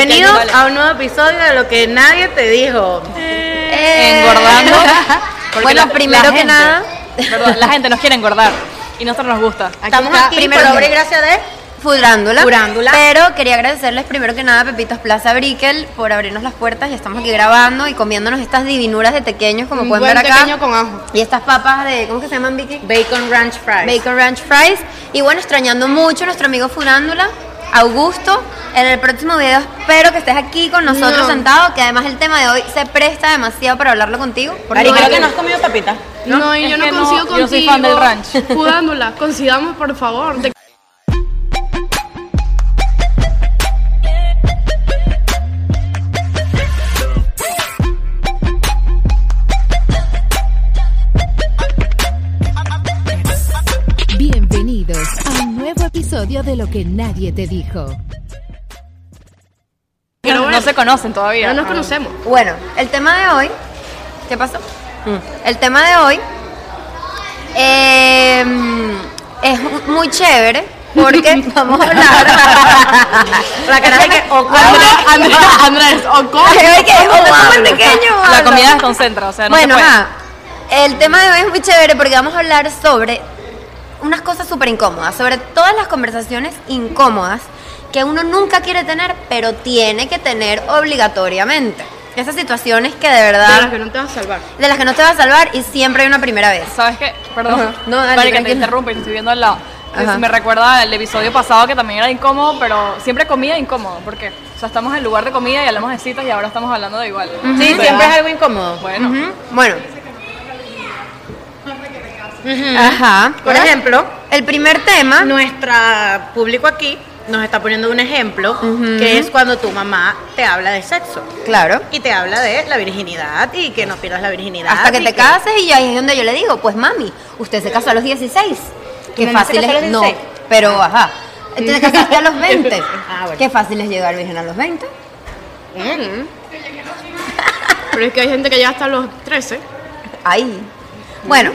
Bienvenidos a un nuevo episodio de Lo que nadie te dijo. Engordando. Bueno, primero que nada, Perdón, la gente nos quiere engordar y nosotros nos gusta. Estamos está, aquí primero por que- obra y gracia de Furándula. Furándula. Pero quería agradecerles primero que nada a Pepitos Plaza Brickell por abrirnos las puertas. Ya estamos aquí grabando y comiéndonos estas divinuras de tequeños, como Un pueden buen ver acá. tequeño con ajo. Y estas papas de, ¿cómo que se llaman, Vicky? Bacon Ranch Fries. Bacon Ranch Fries. Y bueno, extrañando mucho a nuestro amigo Furándula, Augusto. En el próximo video espero que estés aquí con nosotros sentado, que además el tema de hoy se presta demasiado para hablarlo contigo. Ari, creo que no has comido papitas. No, y Es yo no que no, consigo yo contigo. soy fan del ranch. Jugándola, consigamos por favor. Bienvenidos a un nuevo episodio de Lo que nadie te dijo. Pero bueno, No se conocen todavía. no nos conocemos. Bueno, el tema de hoy, ¿qué pasó? El tema de hoy es muy chévere porque vamos a hablar. La cara de que Andrés, Ocon. Ay, que es muy pequeño, La mano. comida desconcentra, o sea, no Bueno, se puede. el tema de hoy es muy chévere porque vamos a hablar sobre unas cosas súper incómodas, sobre todas las conversaciones incómodas que uno nunca quiere tener, pero tiene que tener obligatoriamente. Esas situaciones que de De verdad, las que no te vas a salvar. de las que no te vas a salvar y siempre hay una primera vez. ¿Sabes qué? Perdón. Ajá. No, dale, Para que te tranquila. interrumpa y te estoy viendo al lado. Ajá. Me recuerda el episodio pasado que también era incómodo, pero siempre comida incómodo. ¿Por qué? O sea, estamos en lugar de comida y hablamos de citas y ahora estamos hablando de igual. Sí, siempre es algo incómodo. Bueno. Ujú. Bueno. Ajá. Por ejemplo, El primer tema. nuestro público aquí nos está poniendo un ejemplo, que es cuando tu mamá te habla de sexo. Claro. Y te habla de la virginidad y que no pierdas la virginidad. Hasta que y te cases y ahí es donde yo le digo, pues mami, usted se casó a los 16. Qué mamá se fácil casó a es. los No, 16. pero ajá. Te casaste a los 20. Ah, bueno. Qué fácil es llegar virgen a los 20. Pero es que hay gente que llega hasta los 13. Ahí. Bueno,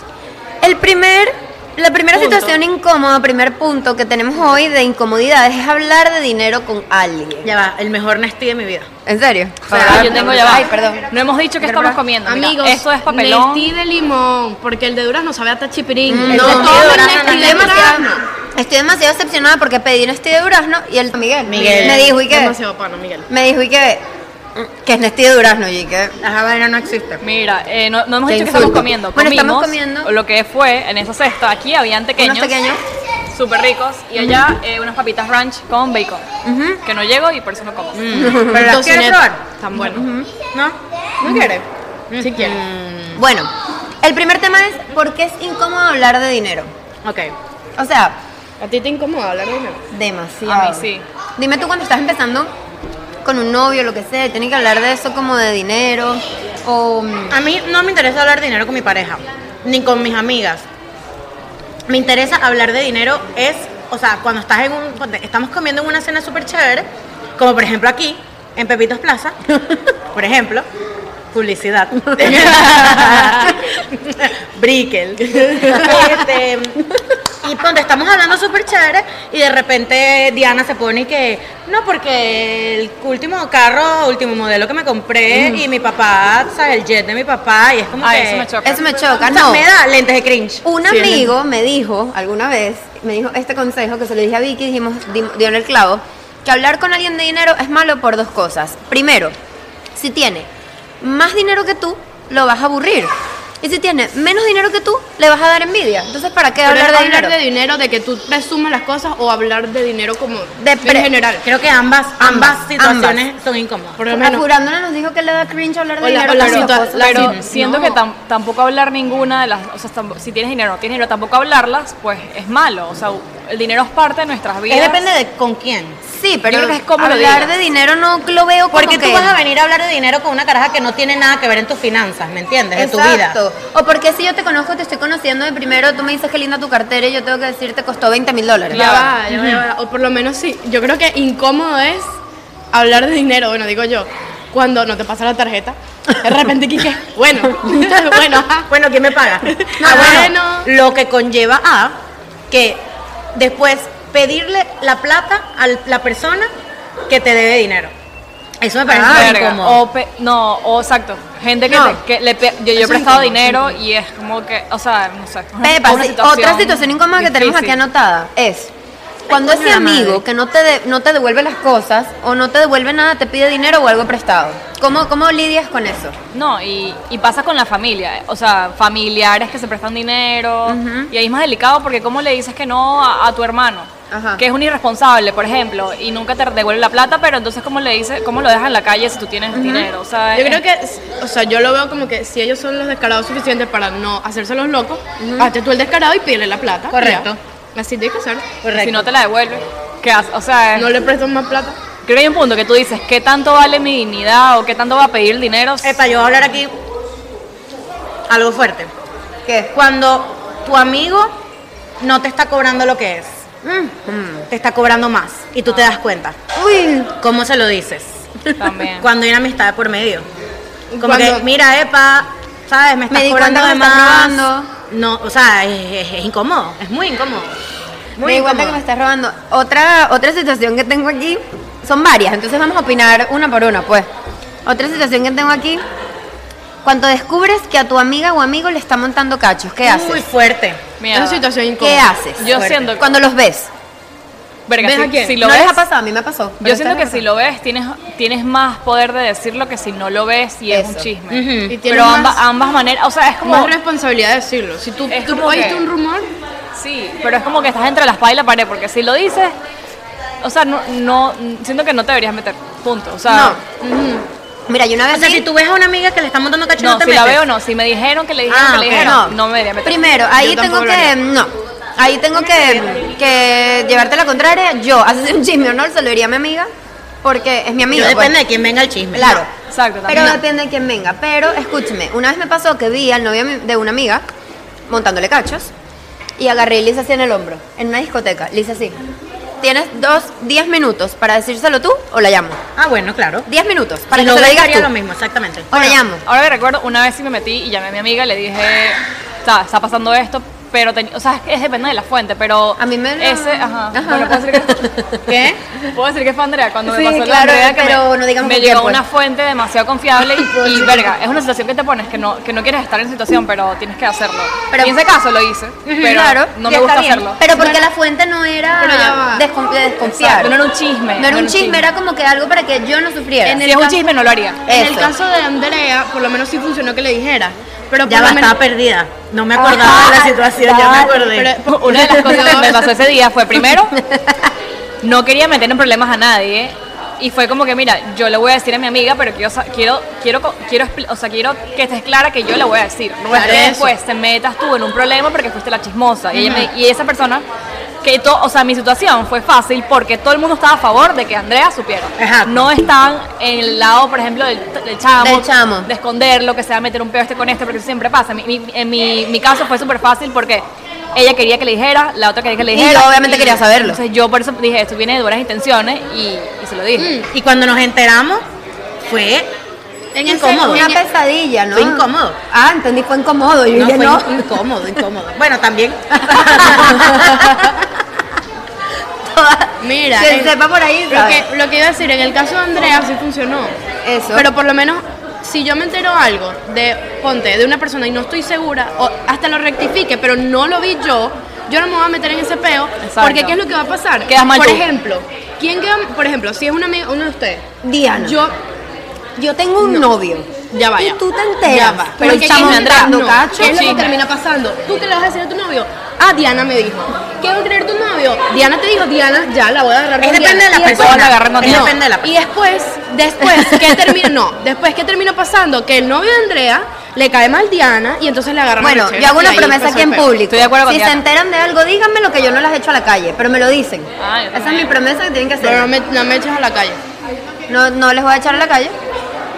la primera Punto. situación incómoda, primer punto que tenemos hoy de incomodidades es hablar de dinero con alguien. Ya va, el mejor Nestí de mi vida. ¿En serio? Pero yo tengo ya va. Ay, perdón. No hemos dicho que estamos comiendo. Mira, Amigos, esto es papelón. Nestí de limón, porque el de durazno sabe hasta chipirín. No, Todo Nestí de es durazno, Nestí de estoy demasiado- durazno. Estoy demasiado decepcionada porque pedí Nestí de durazno y el Miguel me dijo y que Demasiado pana, Miguel. que es Nestí de durazno y que La vaina no existe. Mira, no hemos Qué dicho que insulto. estamos comiendo. Bueno, estamos Comimos comiendo. lo que fue en esa cesta. Aquí habían pequeños. unos pequeños. Súper ricos. Y allá unas papitas ranch con bacon. Que no llego y por eso no como. Pero las quieres Tocineta. probar. Tan bueno. ¿No? ¿No quieres? Si quieres. Bueno, el primer tema es ¿por qué es incómodo hablar de dinero? Ok. O sea, ¿A ti te incomoda hablar de dinero? demasiado. A mí sí. Dime tú cuando estás empezando con un novio, lo que sea, y tienes que hablar de eso como de dinero o A mí no me interesa hablar de dinero con mi pareja, ni con mis amigas. Me interesa hablar de dinero o sea, cuando cuando estamos comiendo en una cena súper chévere, como por ejemplo aquí, en Pepitos Plaza, por ejemplo, publicidad. Brickell. Y cuando estamos hablando súper chévere y de repente Diana se pone y que no, porque el último modelo que me compré y mi papá, ¿sabes? El jet de mi papá y es como Ay, que eso me choca. eso me choca, o sea, no. me da lentes de cringe. Un Sí, amigo me dijo alguna vez, me dijo este consejo que se lo dije a Vicky, dio en el clavo, que hablar con alguien de dinero es malo por dos cosas. Primero, si tiene más dinero que tú, lo vas a aburrir. Y si tiene menos dinero que tú, le vas a dar envidia. Entonces, ¿para qué Pero hablar es de dinero? de dinero, de que tú presumas las cosas o hablar de dinero como De pre- en general. Creo que ambas situaciones ambas. son incómodas. Por lo menos. Jurándola nos dijo que le da cringe hablar de O la- dinero. o la pero- situa- la Pero sí, siento no. que tampoco hablar ninguna de las, o sea, si tienes dinero o no tienes dinero, tampoco hablarlas, pues es malo. O sea, el dinero es parte de nuestras vidas. Depende de con quién. Sí, pero Yo creo que es como lo hablar digas. de dinero no lo veo como Porque que... tú vas a venir a hablar de dinero con una caraja que no tiene nada que ver en tus finanzas, ¿me entiendes? De tu vida. Exacto. O porque si yo te conozco, te estoy conociendo de primero, tú me dices qué linda tu cartera y yo tengo que decirte costó $20,000. Ya va, ya va, ya va. O por lo menos sí. Yo creo que incómodo es hablar de dinero, bueno, digo yo. Cuando no te pasa la tarjeta, de repente Kike, bueno, bueno, ajá. Bueno, ¿quién me paga? bueno. Lo que conlleva a que después pedirle la plata a la persona que te debe dinero. Eso me parece Ah, muy Verga. incómodo. O exacto. Gente que, No. yo he prestado dinero y es como que, o sea, no sé. Pepa, una sí, otra situación incómoda que tenemos aquí difícil. anotada es cuando coño ese la amigo madre. que no te devuelve las cosas o no te devuelve nada, te pide dinero o algo prestado. ¿Cómo lidias con eso? No, y pasa con la familia, o sea, familiares que se prestan dinero, y ahí es más delicado porque cómo le dices que no a tu hermano, Ajá. que es un irresponsable, por ejemplo, y nunca te devuelve la plata, pero entonces cómo le dices, cómo lo dejas en la calle si tú tienes dinero, o sea, Yo creo que, o sea, yo lo veo como que si ellos son los descarados suficientes para no hacerse los locos, hazte tú el descarado y pídele la plata. Correcto. Ya. Así tiene que ser. Correcto. si no te la devuelve, ¿qué haces? O sea, No le prestas más plata. creo que hay un punto que tú dices, ¿qué tanto vale mi dignidad o qué tanto va a pedir dinero? Epa, yo voy a hablar aquí algo fuerte. ¿Qué? Cuando tu amigo no te está cobrando lo que es, te está cobrando más y tú te das cuenta. Uy, ¿Cómo se lo dices? También. Cuando hay una amistad de por medio. Como Cuando- que, mira, epa, ¿sabes? Me estás di cobrando cuenta de que me estás más. robando. No, o sea, es incómodo, es muy incómodo. me di cuenta que me estás robando. Otra situación que tengo aquí, son varias, entonces vamos a opinar una por una, pues. Otra situación que tengo aquí, cuando descubres que a tu amiga o amigo le está montando cachos, ¿qué Muy haces? fuerte. Mierda. Esa situación incómoda. ¿Qué haces? Yo Fuerte. siento que, Cuando los ves. verga, ¿Ves si, a quién? si lo ¿No ves, les ha pasado? A mí me pasó. pero yo siento ustedes que les si lo ves tienes más poder de decirlo que si no lo ves y es un Eso. chisme. Ujú. Y tienes Pero más, ambas maneras, o sea, es como más responsabilidad de decirlo. Si tú, Es tú como oíste que- un rumor, sí, pero es como que estás entre la espada y la pared porque si lo dices, o sea, no siento que no te deberías meter. Punto. O sea, Mira, yo una vez O sea, vi- si tú ves a una amiga que le está montando cacho, no, no te si la metes. veo no, si me dijeron que le dijeron Ah, que le ok. dijeron, no me debería meter. Primero, ahí Yo tengo tampoco lo que. haría. No. Ahí tengo que llevarte la contraria. Yo, haces un chisme o no, se lo diría a mi amiga. Porque es mi amiga. Yo depende pues. de quién venga el chisme. Claro. Exacto, Pero también. depende de quién venga. Pero escúcheme, una vez me pasó que vi al novio de una amiga montándole cachos y agarré y le hice así en el hombro, en una discoteca. Le hice así. Tienes 10 minutos para decírselo tú o la llamo. Ah, bueno, claro. 10 minutos para Si que lo se lo ves, digas haría tú. lo mismo, exactamente. O la llamo. Ahora que recuerdo, una vez sí me metí y llamé a mi amiga y le dije, está pasando esto, pero, o sea, es depende de la fuente, pero A mí me lo- ese, ajá, Ajá. bueno, puedo decir que, ¿Qué? puedo decir que fue Andrea, cuando Sí, me pasó la claro, Andrea que pero no digamos me por qué, llegó pues. una fuente demasiado confiable y verga, es una situación que te pones que no quieres estar en situación, pero tienes que hacerlo. Pero- y en ese caso lo hice, pero Claro, no ya me gusta está bien. hacerlo. Pero porque la fuente no era Pero ya va. de desconfiar. Exacto, no era un chisme. No era un chisme, era como que algo para que yo no sufriera. En Si el es un caso- chisme no lo haría. en el Eso. caso de Andrea, por lo menos sí funcionó que le dijera. Pero Ya por va, lo menos, estaba perdida. No me acordaba de la situación, ya me acordé. pero- Una de las cosas que me pasó ese día fue, primero, no quería meter en problemas a nadie. Y fue como que, mira, yo le voy a decir a mi amiga, pero quiero que estés clara que yo le voy a decir. No es Claro, que eso. después te metas tú en un problema porque fuiste la chismosa. Y esa persona, o sea, mi situación fue fácil porque todo el mundo estaba a favor de que Andrea supiera. Exacto. No estaban en el lado, por ejemplo, del chamo, Del chamo. de esconderlo, que se va a meter un pedo con este, porque eso siempre pasa. En mi caso fue súper fácil porque ella quería que le dijera, la otra quería que le Y dijera. yo obviamente quería saberlo. Entonces yo por eso dije, esto viene de buenas intenciones y se lo dije. Y cuando nos enteramos, fue En ese- incómodo. Una pesadilla, ¿no? Fue incómodo. Ah, entendí, fue incómodo. Yo No, dije, fue no. incómodo, incómodo. Bueno, también. Mira, Quien sepa por ahí, ¿sabes? lo que iba a decir, en el caso de Andrea sí funcionó. Eso. Pero por lo menos, si yo me entero algo de una persona y no estoy segura, o hasta lo rectifique, pero no lo vi yo no me voy a meter en ese peo. Exacto. Porque ¿qué es lo que va a pasar? Quedas mal por tú. ejemplo, por ejemplo, si es una amiga, uno de ustedes, Diana, yo, yo tengo un novio. ya va, Y ya. tú te enteras. Ya va. Pero el Porque chamo ¿qué es lo que- dando no, cacho. ¿qué es lo que Chisme. termina pasando? ¿Tú qué le vas a decir a tu novio? Ah, Diana me dijo. ¿Qué va a creer tu novio? Diana te dijo, Diana, ya la voy a agarrar Es con depende de Diana. la Y después- persona. agarrar con Es Diana. depende de la persona. Y después, ¿qué termina? No, después, ¿qué termina pasando? Que el novio de Andrea le cae mal Diana y entonces le agarra Bueno, machera, yo hago y una ahí promesa empezó aquí el en peo. público. Estoy de acuerdo con Si se Diana. enteran de algo, díganme lo que yo no las echo a la calle, pero me lo dicen. Ah, yo Esa es también. mi promesa que tienen que hacer. Pero no me eches a la calle. No les voy a echar a la calle.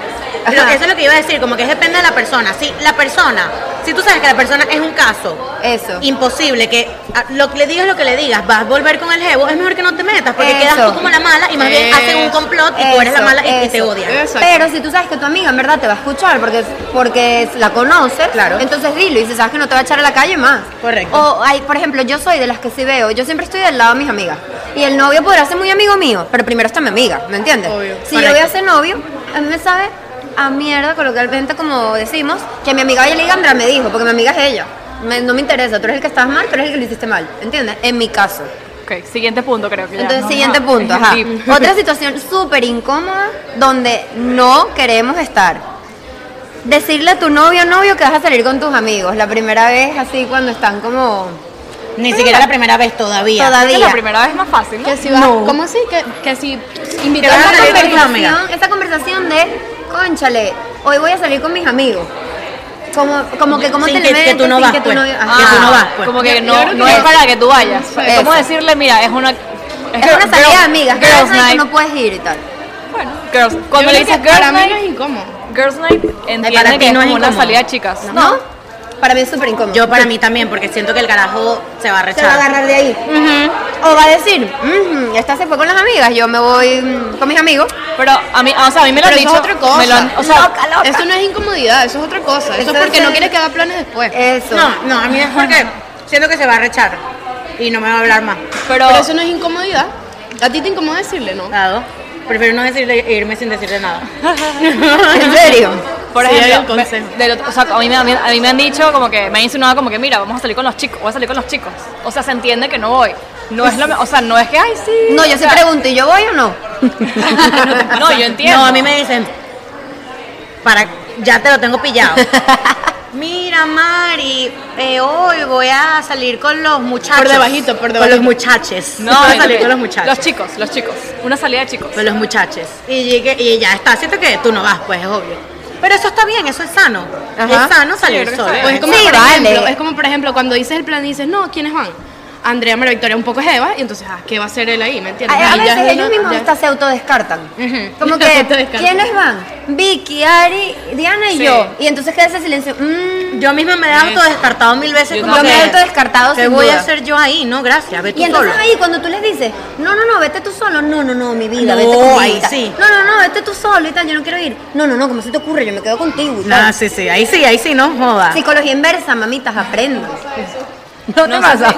Eso es lo que iba a decir, como que depende de la persona. Si tú sabes que la persona es un caso Eso. imposible, que lo que le digas vas a volver con el jevo, es mejor que no te metas, porque Eso. quedas tú como la mala y más bien hacen un complot y tú eres la mala y te odian. Exacto. Pero si tú sabes que tu amiga en verdad te va a escuchar porque la conoces, Claro. entonces dilo. Y si sabes que no te va a echar a la calle más. Correcto. O hay, por ejemplo, yo soy de las que sí veo, yo siempre estoy del lado de mis amigas. Y el novio podrá ser muy amigo mío, pero primero está mi amiga, ¿me entiendes? Obvio. Si yo voy a ser novio, a mí me sabe a mierda, coloquialmente como decimos, que mi amiga vaya y le diga, Andrea me dijo, porque mi amiga es ella. No me interesa, tú eres el que estás mal, tú eres el que lo hiciste mal, ¿entiendes? En mi caso. Ok, siguiente punto creo que ya. Entonces, ¿no? siguiente Ajá. punto, ajá. Sí. Otra situación súper incómoda donde no queremos estar. Decirle a tu novio o novio que vas a salir con tus amigos la primera vez, así cuando están como... Ni siquiera la primera vez todavía. Creo que la primera vez es más fácil, ¿no? Que si vas, ¿cómo así? Que si Que invitas vas a a salir con tus Esa conversación de, cónchale, hoy voy a salir con mis amigos. Como que, ¿cómo Sin te que- le que tú metes no sin vas, que tú pues. no... Que Ajá. tú no vas, pues. Como que Yo no, creo que no es eso. para que tú vayas. Es como Eso. decirle, mira, es una... Es una salida de amigas, Girls girls night, night. tú no puedes ir y tal. Bueno, girls. Yo Cuando le creo dices que girls para mí no night, es incómodo. girls night, para entiende ti que es no es como una incómodo. salida de chicas. ¿No? Para mí es súper incómodo. Yo para mí también, porque siento que el carajo se va a Se va a rechazar. agarrar de ahí. O va a decir, esta se fue con las amigas, yo me voy con mis amigos. Pero a mí, o sea, a mí me lo han Pero eso dicho. es otra cosa. Me lo han- o sea, Loca. Eso no es incomodidad, eso es otra cosa. Eso Eso es porque es no el- quieres que haga planes después. Eso. No, a mí es porque siento que se va a rechar y no me va a hablar más. pero, Pero eso no es incomodidad. ¿A ti te incomoda decirle, no? Claro. Prefiero no decirle e irme sin decirle nada. ¿En serio? por Sí, hay ejemplo, un consejo. o sea, a mí me han dicho como que, me han insinuado como que, mira, vamos a salir con los chicos, voy a salir con los chicos. O sea, se entiende que no voy. No es o sea, no es que, ay, sí. No, yo o sí sea, pregunto, ¿y yo voy o no? No, yo entiendo. No, a mí me dicen, ya te lo tengo pillado. Mira, Mari, hoy voy a salir con los muchachos. Por debajito, por Con debajito. los muchachos. No, voy a salir con los muchachos. Los chicos. Una salida de chicos. Con los muchachos. Y ya está. Siento que tú no vas, pues es obvio. Pero eso está bien, eso es sano. Ajá. Es sano salir creo que solo. está Pues es como, Sí, por vale. ejemplo, es como por ejemplo cuando dices el plan y dices, no, ¿quiénes van? Andrea, María Victoria, un poco jeva, y entonces, ¿qué va a hacer él ahí? ¿Me entiendes? A Ahí ya veces es ellos una- mismos ya- hasta se autodescartan. Como Se que, autodescartan. ¿quiénes van? Vicky, Ari, Diana y Sí. yo. Y entonces queda ese silencio. Yo misma me he autodescartado 1000 veces. Yo Como Yo me que, he autodescartado ¿qué sin voy duda. a hacer yo ahí? No, gracias, ve tú Y entonces solo. ahí cuando tú les dices, no, vete tú solo, no, mi vida, No, vete conmigo. ahí y tal. sí. No, vete tú solo y tal, yo no quiero ir. No, ¿cómo se te ocurre? Yo me quedo contigo y tal. Ah, sí, ahí sí, no joda. Psicología inversa, mamitas, aprendan. ¿No te pasa?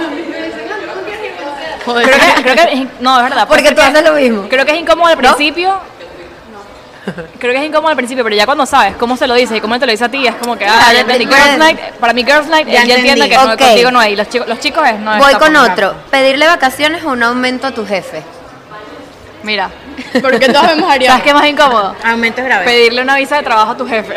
Creo que no, es verdad. Porque tú haces lo mismo. Creo que es incómodo al principio. Creo que es incómodo al principio, pero ya cuando sabes cómo se lo dice y cómo él te lo dice a ti, es como que, Claro, ya entendí. pues, Girls night, para mí Girls night, ya él ya entiende entendí. que no, Ok. contigo no hay. Los chicos es, no es. Voy está con como- otro. Pedirle vacaciones o un aumento a tu jefe. Mira, Porque todos vemos a Ariana. ¿sabes qué es más incómodo? Aumento es grave. Pedirle una visa de trabajo a tu jefe.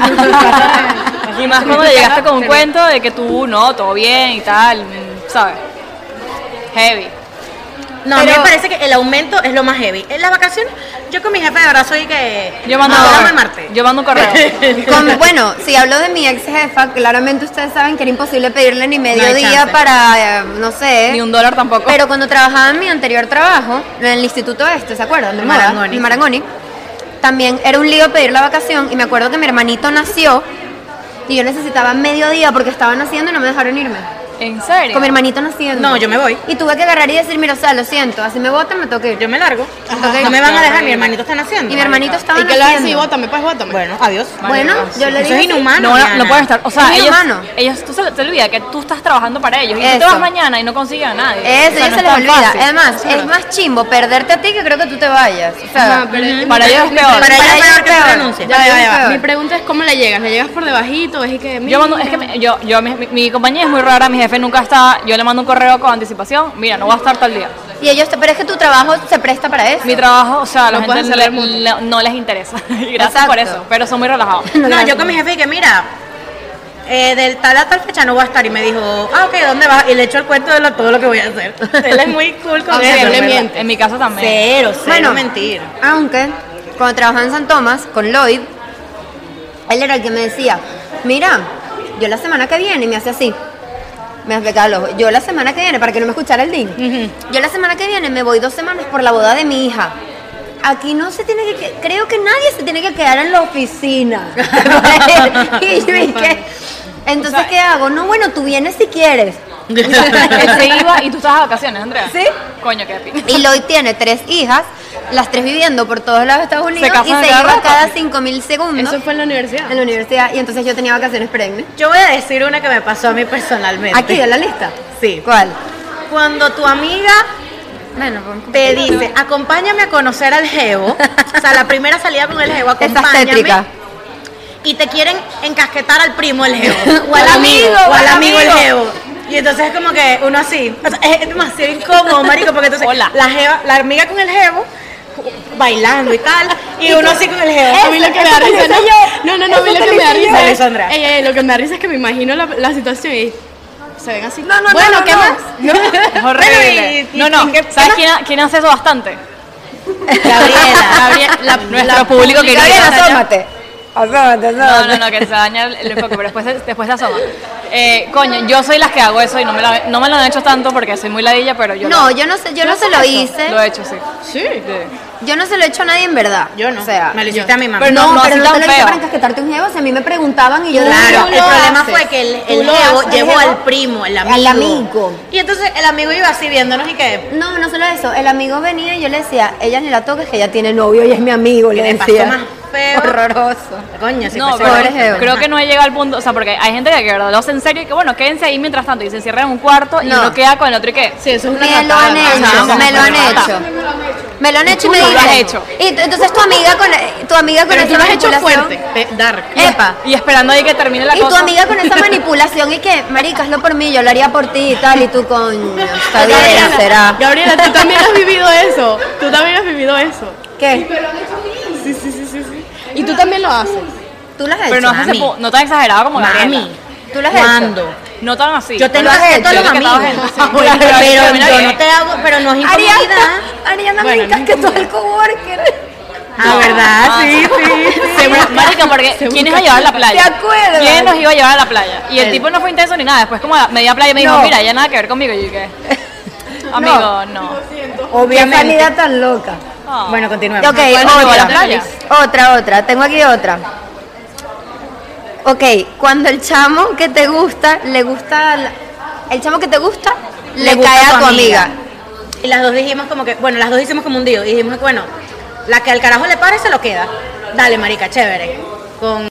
Y más cuando le llegaste con un cuento de que tú, no, todo bien y tal, ¿sabes? Heavy. No, a mí Pero- me parece que el aumento es lo más heavy. En las vacaciones, yo con mi jefe de verdad soy que... Yo mando, nos hablamos el martes. yo mando un correo. Bueno, si hablo de mi ex jefa, claramente ustedes saben que era imposible pedirle ni medio No hay día chance. para, no sé. Ni $1 tampoco. Pero cuando trabajaba en mi anterior trabajo, en el instituto ¿se acuerdan? De moda, Marangoni. en Marangoni, también era un lío pedir la vacación y me acuerdo que mi hermanito nació y yo necesitaba medio día porque estaba naciendo y no me dejaron irme. ¿En serio? Con mi hermanito naciendo. No, yo me voy. Y tuve que agarrar y decir, mira, o sea, lo siento, así me botan, me toqué ir. Yo me largo. Ok. No me van a dejar, mi hermanito está naciendo. Y mi hermanito estaba ¿Y qué le vas a decir? naciendo. Bótame, pues bótame. Bueno, adiós. Bueno, yo le Eso dije es inhumano. No, Diana. no pueden estar. O sea, Es ellos, inhumano. tú se te olvida que tú estás trabajando para ellos. Y tú te Eso. vas mañana y no consigues a nadie. Eso, O sea, ya no se es les tan olvida. fácil. Además, es más chimbo perderte a ti que creo que tú te vayas. O sea, Ajá, pero- Para ellos es peor. Para ellos es peor que peor. tú renuncies. Ya, ya, ya. Mi pregunta es cómo le llegas. ¿Le llegas por debajito? ¿Es que Yo mando, es que mi compañía es muy rara, mi jefe nunca está, yo le mando un correo con anticipación, mira, no voy a estar tal día. Y ellos, pero es que tu trabajo se presta para eso. Mi trabajo, o sea, a la Lo puedes gente hacer mutuo. no les interesa. Y gracias Exacto. por eso, pero son muy relajados. No, yo con mi jefe que mira, del tal a tal fecha no voy a estar. Y me dijo, ok, ¿dónde vas? Y le echo el cuento de todo lo que voy a hacer. Él es muy cool con Aunque eso. él le ¿verdad? miente. En mi caso también. Cero, Bueno, mentir. Aunque, cuando trabajaba en San Tomás, con Lloyd, él era el que me decía, mira, yo la semana que viene, y me hace así. Me explicaba el ojo. Yo la semana que viene, para que no me escuchara el ding. Yo la semana que viene me voy 2 semanas por la boda de mi hija. aquí no se tiene que, creo que nadie se tiene que quedar en la oficina. Y yo dije, entonces, O sea, ¿qué hago? No, bueno, tú vienes si quieres. Él se iba y tú estabas de vacaciones, Andrea. ¿Sí? Coño, qué pena. Y Lloyd tiene 3 hijas, las 3 viviendo por todos lados de Estados Unidos casan y se cada iba rato. cada 5.000 segundos Eso fue en la universidad. en la universidad y entonces yo tenía vacaciones perennes. Yo voy a decir una que me pasó a mí personalmente. Aquí, en la lista. Sí. ¿Cuál? Cuando tu amiga Bueno, te dice, acompáñame a conocer al jevo, o sea, la primera salida con el jevo, Estás acompáñame, tétrica. y te quieren encasquetar al primo el jevo, O al amigo, o al o al amigo el amigo. jevo. Y entonces es como que uno así, o sea, es demasiado incómodo, marico, porque entonces Hola. la amiga con el jevo bailando y tal, y uno así con el jevo. A mí lo que me da risa, no, a mí lo que me da risa es, Alessandra. lo que me da risa es que me imagino la situación y se ven así. No, bueno, no, ¿qué no. más? Es horrible. Bueno, y- ¿Sabes quién hace eso bastante? Gabriela. Nuestro público querido. Gabriela, asómate. Asómate. No, que se daña el enfoque, pero después te asoma. Coño, yo soy las que hago eso y no me lo han hecho tanto porque soy muy ladilla, pero yo No, yo no sé, yo no se lo hice. lo he hecho, sí. Sí. Yo no se lo he hecho a nadie en verdad. Yo no, O sea, me lo hiciste a mi mamá. Pero no, no pero así no te tan lo hice feo. para encasquetarte un jevo. Si a mí me preguntaban y yo Claro, tú el lo problema haces. fue que el Tú lo jevo haces, llevó jevo. al primo, el amigo. Al amigo. Y entonces el amigo iba así viéndonos y que... No, no solo eso. El amigo venía y yo le decía, ella ni la toques, que ella tiene novio y es mi amigo. Que Le le pasó decía. más feo. Horroroso. Coño, si No, fuese pero pobre jevo. creo que no he llegado al punto, o sea, porque hay gente que de verdad lo hace en serio y que bueno, quédense ahí mientras tanto y se encierran en un cuarto y No. uno queda con el otro y qué. Sí, eso es una Me lo tratada, han ¿no? hecho, Ajá, me lo han rata. hecho. Me lo han hecho y Tú me lo has dicen. hecho. Y entonces tu amiga con Pero esa tú lo has hecho manipulación. fuerte, dark. Epa. Y esperando ahí que termine la Y cosa. tu amiga con esa manipulación y que, marica, hazlo por mí, yo lo haría por ti y tal, y tú coño, está bien, será. Gabriela, tú también has vivido eso. Tú también has vivido eso. ¿Qué? Sí. Y tú también lo haces. ¿Tú lo has hecho? Pero no, Mami. no tan exagerado como Gabriela. Mami, ¿Tú lo has hecho? ¿cuándo? No tan así. Yo tengo lo has respeto a hecho, los yo que estaba amigos. gente, sí. Pero Termina yo bien. no te hago, pero no es incomodidad. Ariana Bueno, me encasquetó el coworker. Ah, ¿verdad? Sí. Seguro, marica, porque ¿quién iba a llevar a la playa? ¿Te acuerdas? ¿Quién nos iba a llevar a la playa? Y el tipo no fue intenso ni nada. Después como a media playa me dijo, No. mira, ya nada que ver conmigo. Y yo dije, amigo, no. Obviamente. Qué salida tan loca. Ah. Bueno, continuemos. Ok, ¿Cuál nos llevó a la otra. playa? Otra. Tengo aquí otra. Ok, cuando el chamo que te gusta, le gusta... El chamo que te gusta, le gusta cae a tu tu amiga. Y las dos dijimos como que, bueno, las dos hicimos como un deal. Y dijimos que, bueno, la que al carajo le pare se lo queda. Dale, marica, chévere. Con...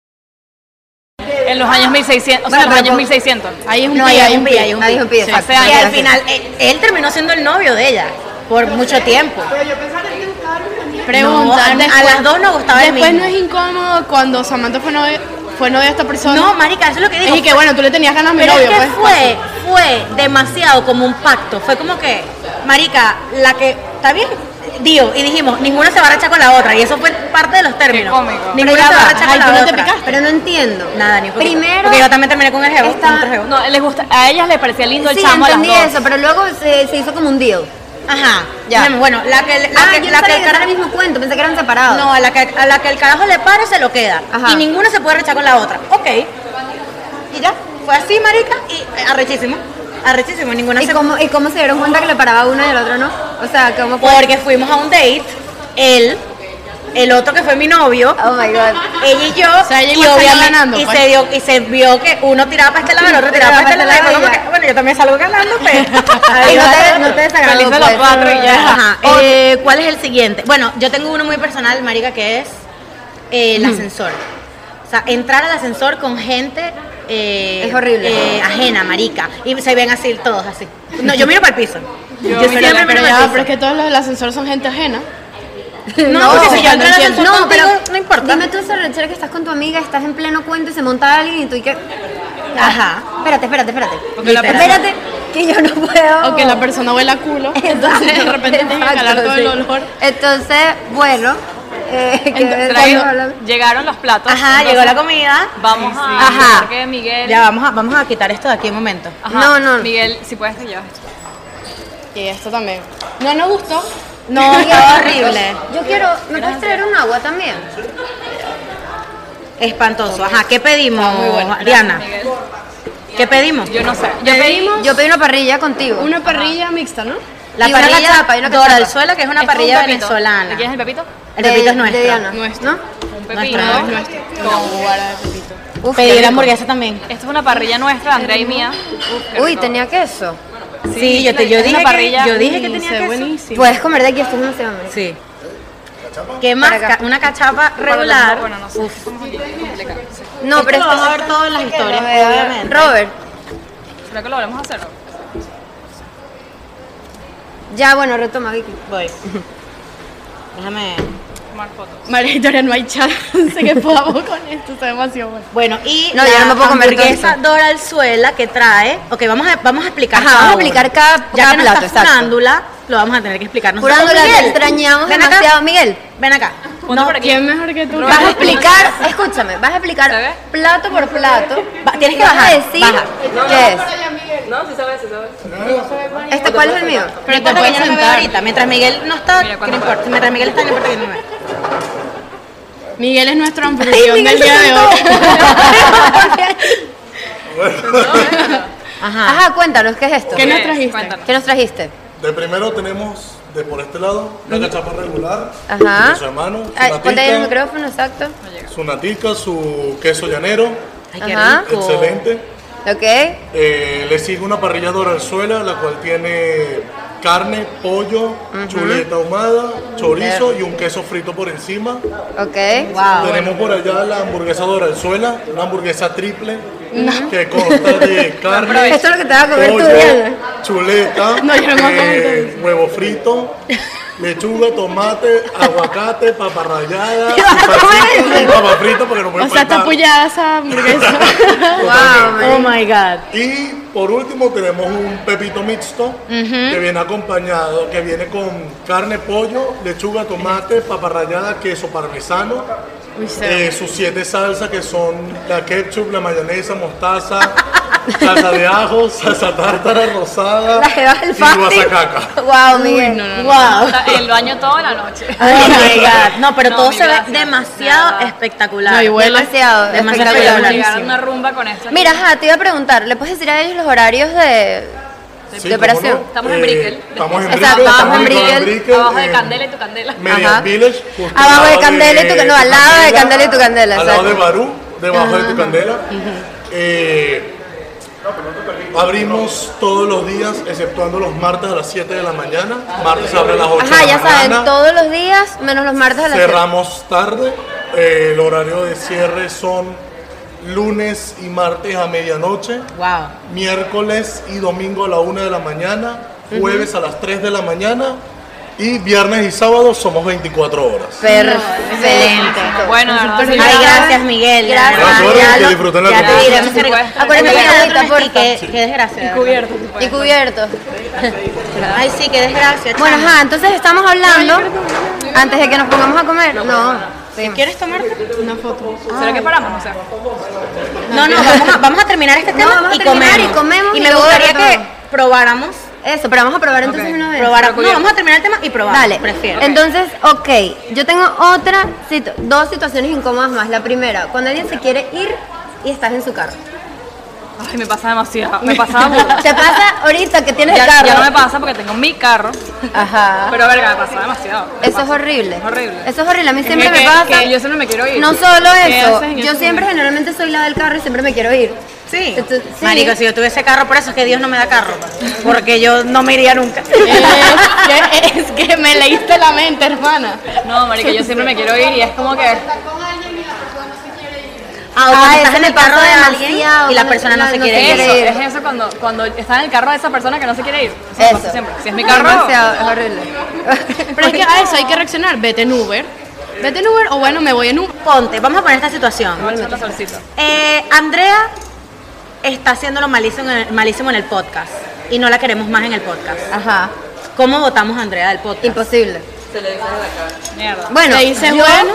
En los años 1600, o sea, Bueno, en los pero años con- 1600. Ahí es un No, pie, ahí hay un pie. hay un Ahí es un pie, Sí, exacto. ese Y año. al final, él terminó siendo el novio de ella por mucho tiempo. Pregunta. No, a las dos nos gustaba el Después mismo. no es incómodo cuando Samantha fue novia de esta persona. No, marica, eso es lo que digo. Es que bueno, tú le tenías ganas a mi Pero novio, es que pues. fue demasiado como un pacto. Fue como que, marica, la que, ¿está bien? Dio, y dijimos, ninguna se va a rechar con la otra. Y eso fue parte de los términos. cómico. Ninguna se va a rechar con Ay, la ¿tú no te otra. picaste? Pero no entiendo. Nada, ni un poquito. Primero... Porque yo también terminé con el jevo, está- con otro jevo. No, les gusta, a ellas les parecía lindo el Sí, chamo a las entendí dos. eso, pero luego se hizo como un deal. Ajá. Ya. Bueno, la que yo no sabía que era el mismo cuento, pensé que eran separados. No, a la que el carajo le pare se lo queda. Ajá. Y ninguna se puede rechar con la otra. Ok. Y ya. Fue así, marica, y arrechísimo. Arrechísimo. Ninguna ¿Y se... cómo se dieron cuenta que le paraba a uno y el otro no? O sea, ¿cómo fue? Porque fuimos a un date, él, el otro que fue mi novio, Oh my god. ella y yo, O sea, ella y igual salió obviamente ganando, y pues. se vio que uno tiraba para este lado, el otro tiraba para este lado, y fue como que, bueno, yo también salgo ganando, pero Y no te desagradó, Feliz de los pues. cuatro y ya. Ajá. ¿Cuál es el siguiente? Bueno, yo tengo uno muy personal, marica, que es el ascensor. O sea, entrar al ascensor con gente Es horrible. ajena, marica, y se ven así todos así. No, yo miro para el piso. Yo siempre Pero, miro ya, para el pero es piso. que todos los del ascensor son gente ajena. No, porque si yo entro al no ascensor No, contigo, pero no importa. Dime tú esa rechera que estás con tu amiga, estás en pleno cuento y se monta alguien y tú y que... Ajá. Espérate. Porque la Espérate, que yo no puedo. O que la persona huele a culo. Entonces de repente tienes que calar todo el Exacto, sí. olor. Entonces, bueno, Entonces, cuando- llegaron los platos. Ajá, entonces, llegó la comida. Vamos a Ajá. dejar que Miguel. Ya vamos a quitar esto de aquí un momento. Ajá, No. Miguel, si puedes te llevas esto. Y esto también. No nos gustó. No, está horrible. Yo quiero, ¿me puedes traer un agua también? Espantoso. Ajá, ¿qué pedimos, muy bueno. Diana? Miguel. ¿Qué pedimos? Yo no sé. Yo pedí Yo pedí una parrilla contigo. Una parrilla mixta, ¿no? La Y una parrilla cachapa, y una cachapa. Doralzuela, que es una Esto es un parrilla pepito. venezolana. ¿De quién es el pepito? El pepito es De nuestro. Diana. Nuestro. ¿No? Un pepito. Nuestro. No, es nuestro. Con guara de pepito. Uf, qué Pedir rico. hamburguesa también. Esto es una parrilla nuestra, Andrea y mía. Uf, qué Uy, rico. tenía queso. Sí, yo es una dije parrilla. yo dije que tenía Sí, queso. buenísimo. Puedes comer de aquí, esto es demasiado hambre. Sí. ¿Qué más? Para acá. Una cachapa regular. Bueno, no sé. Estamos aquí complicado. No, pero lo esto vamos a ver todo en las historias, A ver, obviamente. Robert, ¿Será que lo volvemos a hacer? ya bueno, retoma, Vicky. Voy. Déjame. Tomar fotos. María Victoria, no hay chance que podamos con esto, está demasiado bueno. Bueno, y No, la yo no me puedo comer hamburguesa todo Doralzuela que trae. Ok, vamos a explicar. Ajá, cada vamos a uno. explicar cada Ya que no plato, está exacto. Furándula, lo vamos a tener que explicar nosotros. Furándula, te Miguel, extrañamos ven acá. demasiado. Miguel, Ven acá. Punto por aquí. ¿Quién mejor que tú? vas a explicar, escúchame, vas a explicar ¿Se ve? plato por plato. Tienes que Vas a bajar. decir Baja. qué es. No, sí sabes, sí sabes. ¿Este cuál es el mío? Pero te te puedes yo no me veo sentar. ahorita. Mientras Miguel no está, Mira, ¿qué cuando no importa? Mientras Miguel está, no importa que no me vea. Miguel es nuestro anfitrión Miguel del día se de sentó. hoy. Ajá, cuéntanos, ¿qué es esto? ¿Qué nos trajiste? Cuéntanos. ¿Qué nos trajiste? De primero tenemos, de por este lado, una cachapa regular. Ajá. De su hermano, Ay, su ponte ahí el natica, micrófono, exacto. su natica, su queso llanero. Ay, qué Ajá. rico. Excelente. Ok. Le sigue una parrilla doralzuela, la cual tiene carne, pollo, chuleta ahumada, chorizo y un queso frito por encima. Ok. Wow. Tenemos por allá la hamburguesa doralzuela, una hamburguesa triple que consta de carne, Esto es lo que te vas a comer tú, pollo, Diana. chuleta, No, yo no me voy a comer huevo frito, lechuga, tomate, aguacate, papa rallada, ¿Qué vas a comer? salsita y papa frita porque no puede O sea, está faltar. apoyada esa hamburguesa. Wow, Oh my God. Y por último tenemos un pepito mixto que viene acompañado, que viene con carne, pollo, lechuga, tomate, papa rallada, queso parmesano, Uy, se sus 7 salsas que son la ketchup, la mayonesa, mostaza, salsa de ajo, salsa tártara rosada La jeva del y fasting. guasacaca. Wow, Miguel. Wow. Está en el baño toda la noche. Oh my God. No, pero No, todo mi se ve gracias. demasiado Nada. espectacular. No, y huele Demasiado, Demasiado espectacular. bueno. Llegar a una rumba con esto. Mira, ajá, te iba a preguntar, ¿le puedes decir a ellos los horarios de Sí, operación? ¿cómo no? Estamos en Brickell. Estamos en Exacto, Brickell. estamos en Brickell. Abajo de Candela y tu Candela. Merian Ajá. Village. justo Abajo al de lado Candela y tu no, al lado de Candela y tu Candela, Al lado de exacto. Barú, debajo de tu Candela. Abrimos todos los días, exceptuando los martes a las 7 de la mañana. Martes abre a las 8 Ajá, de la ya saben, mañana. todos los días, menos los martes a las 7. Cerramos tarde. El horario de cierre son lunes y martes a medianoche, Wow. miércoles y domingo a la 1 de la mañana, jueves a las 3 de la mañana y viernes y sábado somos 24 horas. Perfecto. Bueno, de verdad. Ay, sí. gracias, Miguel. de Gracias. verdad. Gracias, Ya que lo- disfruten la Ya te comida. diremos. Por supuesto. Acuérdate que ahorita, Y porfa. qué desgracia. de verdad. Cubierto. si puedes. Y cubiertos. Ay, sí, qué desgracia. Bueno, chama. ajá, entonces estamos hablando, antes de que nos pongamos a comer, no. Sí. ¿Quieres tomarte? Una foto. ¿Será que paramos? O sea, No, vamos a terminar este tema vamos a y terminar comemos. y comemos Y y me luego gustaría que retomamos. probáramos. Eso, pero vamos a probar entonces una vez. No, vamos a terminar el tema y probar. Dale, Prefiero. entonces, ok, yo tengo dos situaciones incómodas más. La primera, cuando alguien se quiere ir y estás en su carro. ay, me pasa demasiado. Me pasaba mucho. Te pasa ahorita que tienes el Ya, carro. ya no me pasa porque tengo mi carro. Ajá. Pero verga, me pasa demasiado. Me Eso pasa. es horrible. Es horrible. Eso es horrible. A mí Es siempre que- me pasa. que yo siempre me quiero ir. No solo ¿Qué eso, haces en yo ese siempre momento? generalmente soy la del carro y siempre me quiero ir. Sí. Entonces, sí. Marico, si yo tuviese carro, por eso es que Dios no me da carro. Porque yo no me iría nunca. Es que me leíste la mente, hermana. No, marica, yo siempre me quiero ir y es como que... Ah, o cuando Ah, estás eso en me el carro pasa de alguien demasiado, y la cuando persona no se no quiere se ir. quiere ir. Es eso cuando está en el carro de esa persona que no se quiere ir. Eso me pasa Eso. siempre. Si es mi carro... Demasiado, es horrible. Pero es que a eso hay que reaccionar. Vete en Uber. Vete en Uber o bueno, me voy en Uber. Ponte, vamos a poner esta situación. Voy a echar la salsita. Andrea está haciéndolo malísimo en el podcast y no la queremos más en el podcast. Ajá, ¿Cómo votamos a Andrea del podcast? imposible. Mierda. Bueno, Le dices yo, bueno.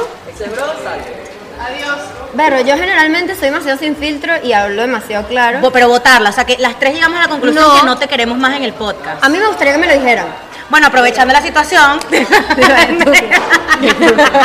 pero yo generalmente soy demasiado sin filtro y hablo demasiado claro. Pero votarla, o sea que las tres llegamos a la conclusión No. que no te queremos más en el podcast. A mí me gustaría que me lo dijeran. Bueno, aprovechando la situación.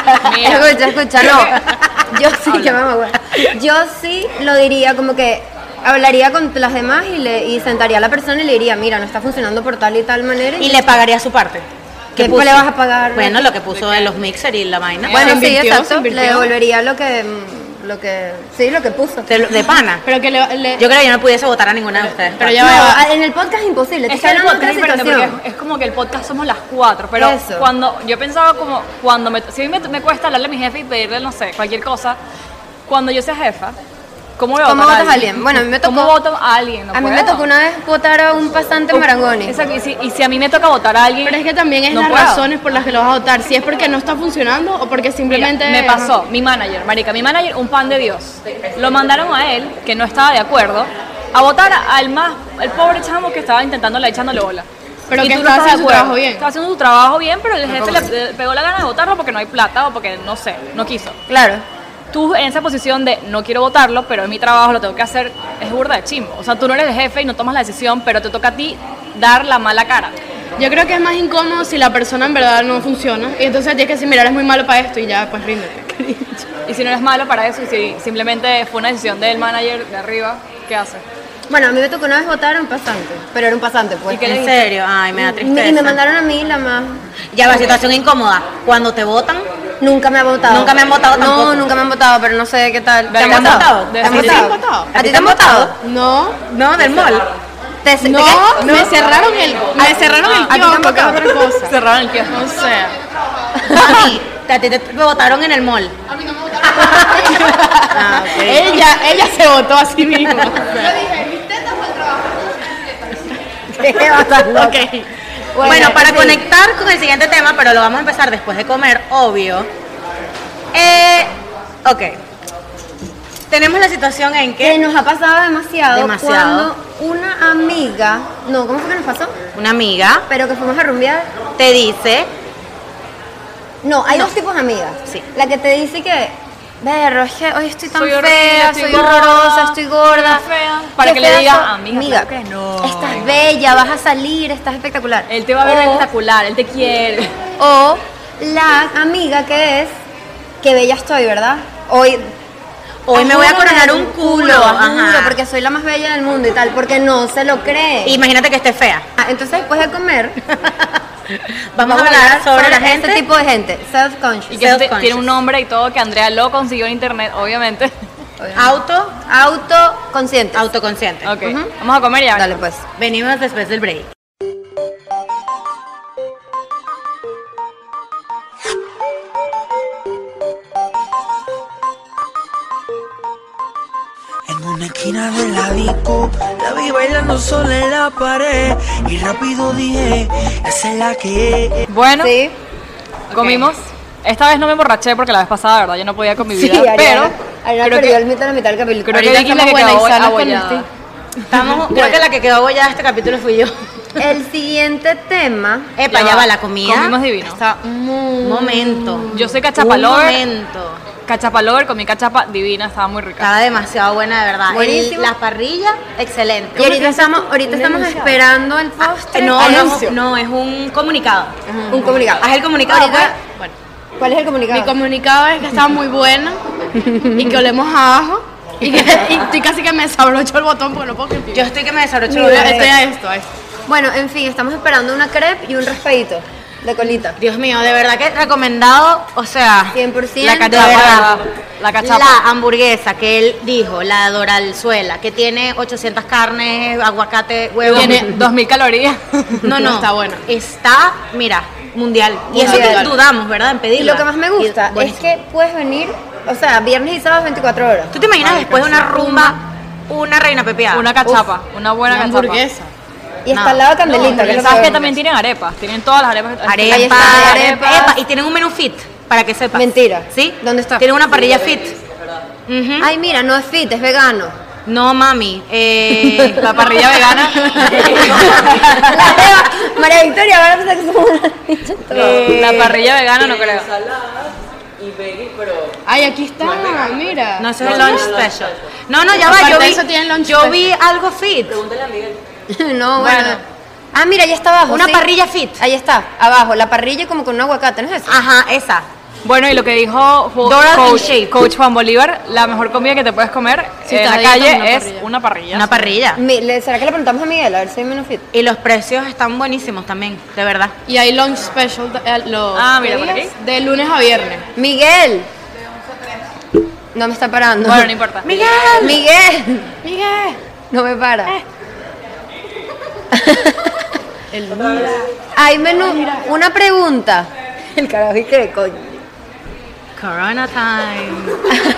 Escucha, no. Yo sí, que mamá, güey. Yo sí lo diría como que, hablaría con las demás y sentaría a la persona y le diría, mira, no está funcionando por tal y tal manera. Y le pagaría su parte. ¿Qué puso? le vas a pagar? Bueno, lo que puso en los mixers y la vaina. Bueno, sí, invirtió, se exacto. invirtió. Le devolvería lo que puso. De pana. Pero que Yo creo que yo no pudiese votar a ninguna de ustedes. Pero No, ya va. en el podcast es imposible. Te Es estoy que el hablando de podcast es otra diferente situación. porque es como que el podcast somos las 4, pero Eso. cuando yo pensaba como cuando si a mí me cuesta hablarle a mi jefe y pedirle, no sé, cualquier cosa, cuando yo sea jefa, ¿cómo voy a ¿Cómo votar votas a alguien? Bueno, a mí me tocó. ¿Cómo voto a alguien? No A mí me puedo. tocó una vez votar a un pasante en Marangoni. Exacto, y si a mí me toca votar a alguien, Pero es que también es no las puedo. razones por las que lo vas a votar. Si es porque no está funcionando o porque Mira, simplemente. me pasó, mi manager, un pan de Dios. Lo mandaron a él, que no estaba de acuerdo, a votar al pobre chamo que estaba echándole bola. Pero Y que tú estaba estás de haciendo su acuerdo. trabajo bien. Estaba haciendo su trabajo bien, pero el jefe le pegó la gana de votarlo porque no hay plata o porque, no sé, no quiso. Claro. Tú en esa posición de no quiero votarlo, pero es mi trabajo, lo tengo que hacer, es burda de chimbo. O sea, tú no eres el jefe y no tomas la decisión, pero te toca a ti dar la mala cara. Yo creo que es más incómodo si la persona en verdad no funciona. Y entonces tienes que decir, mira, eres muy malo para esto y ya, pues ríndete. Y si no eres malo para eso, y si simplemente fue una decisión del manager de arriba, ¿qué hace? Bueno, a mí me tocó una vez votar a un pasante, pero era un pasante, pues. ¿Y qué le ¿En dijiste? serio? Ay, me da Y tristeza. me mandaron a mí la más. Ya va, situación incómoda. Cuando te votan, Nunca me ha votado. Nunca me han votado tampoco. No, nunca me han votado, pero no sé qué tal. ¿te han votado? ¿Te han ¿Sí te votado? han votado? ¿A ti te han votado? No. No, del mall. No, me cerraron el ¿A ti te han kiosco, que es votado? otra cosa. Cerraron el kiosco. O sea. A ti te votaron en el mall. A mí no me votaron. Ah, ok. Ella se votó a sí misma. Ok. Bueno, para sí. conectar con el siguiente tema, pero lo vamos a empezar después de comer, obvio. Ok. Tenemos la situación en Que que nos ha pasado demasiado, Demasiado. cuando una amiga, no, ¿cómo fue que nos pasó? una amiga Pero que fuimos a rumbear. te dice, No, hay dos tipos de amigas. Sí. La que te dice que, berro, es que hoy estoy tan Soy horrible, fea, estoy soy gorda, horrorosa, estoy gorda. estoy fea. Para Qué que le fea digas, soy. amiga, claro que no. Estás bella, vas a salir, estás espectacular. Él te va a ver O- espectacular, él te quiere. O la amiga que es, que bella estoy, ¿verdad? Hoy hoy me voy a juro, coronar un culo. juro, Ajá. porque soy la más bella del mundo y tal, porque no se lo cree. Imagínate que esté fea. Entonces después de comer, Vamos a hablar sobre la gente. este tipo de gente, self-conscious. Y que eso Self-conscious. tiene un nombre y todo, que Andrea lo consiguió en internet, obviamente. Autoconsciente. Autoconsciente. Ok, vamos a comer ya. Dale pues. Venimos después del break. En una esquina de la disco, la vi bailando sola en la pared y rápido dije, esa es la que es. Bueno, Sí. comimos. Esta vez no me emborraché porque la vez pasada, de verdad, yo no podía con mi vida. Sí, pero Ariana creo perdió que, el mitad de la mitad del capítulo. creo que Ahorita Vicky es la que estamos buenas y quedó sanas con abollada. Creo que la que quedó abollada este capítulo fui yo. El siguiente tema. Epa, ya va la comida. Comimos divino. Está un momento. Yo soy cachapa Un lover. momento. Cachapa lover, comí cachapa divina, estaba muy rica. Estaba demasiado buena, de verdad. Buenísimo. La parrilla, excelente. Y ahorita estamos esperando el postre. No, Anuncio. no, es un comunicado. Un comunicado. Haz el comunicado. Ahorita- Bueno, ¿Cuál es el comunicado? Mi comunicado es que estaba muy buena y que olemos a ajo y estoy casi que me desabrocho el botón porque no puedo creer. yo estoy que me desabrocho Mira, el Estoy botón. a esto. Bueno, en fin, estamos esperando una crepe y un raspadito de colita. Dios mío, de verdad que recomendado, o sea, 100%. La de cachapa, verdad. la cachapa. La hamburguesa que él dijo, la doralzuela, que tiene 800 carnes, aguacate, huevo. Tiene 2000 calorías. No, no, Está buena. Está, mira, mundial. Y eso Mundial. que dudamos, ¿verdad? En Y pedirla. lo que más me gusta es buenísimo. que puedes venir, o sea, viernes y sábado 24 horas. ¿Tú te imaginas después de una rumba, una reina pepeada? Una cachapa, una buena Una cachapa. hamburguesa. Y está No. al lado de Candelita, que es lo ¿Sabes que peor. también tienen arepas? Tienen todas las arepas. Ahí Arepa, está, arepa. arepas. Y tienen un menú fit, para que sepas. Mentira. ¿Sí? ¿Dónde está? Tienen una parrilla fit. Ujú. Ay, mira, no es fit, es vegano. No, mami. La parrilla vegana. La Eva, María Victoria, ahora pensar que somos una bicha toda. La parrilla vegana no creo. Ay, aquí está, mira. No, eso es el lunch special. No, no, ya va. Aparte Yo de vi, eso tienen lunch yo special. vi algo fit. No, bueno. Bueno. Ah, mira, ahí está abajo. Una sí. parrilla fit. Ahí está, abajo, la parrilla como con un aguacate, ¿no es eso? Ajá, esa. Bueno, y lo que dijo coach Juan Bolívar, la mejor comida que te puedes comer Sí, en la está bien, calle es una una parrilla. Una parrilla. ¿Será que le preguntamos a Miguel? A ver si hay menú fit. Y los precios están buenísimos también, de verdad. Y hay lunch special Mira, por aquí. de lunes a viernes. Miguel. No me está parando. Bueno, no importa. Miguel. Miguel. No me para. Hay menú. Una pregunta. El carajo, ¿y qué coño? Corona time.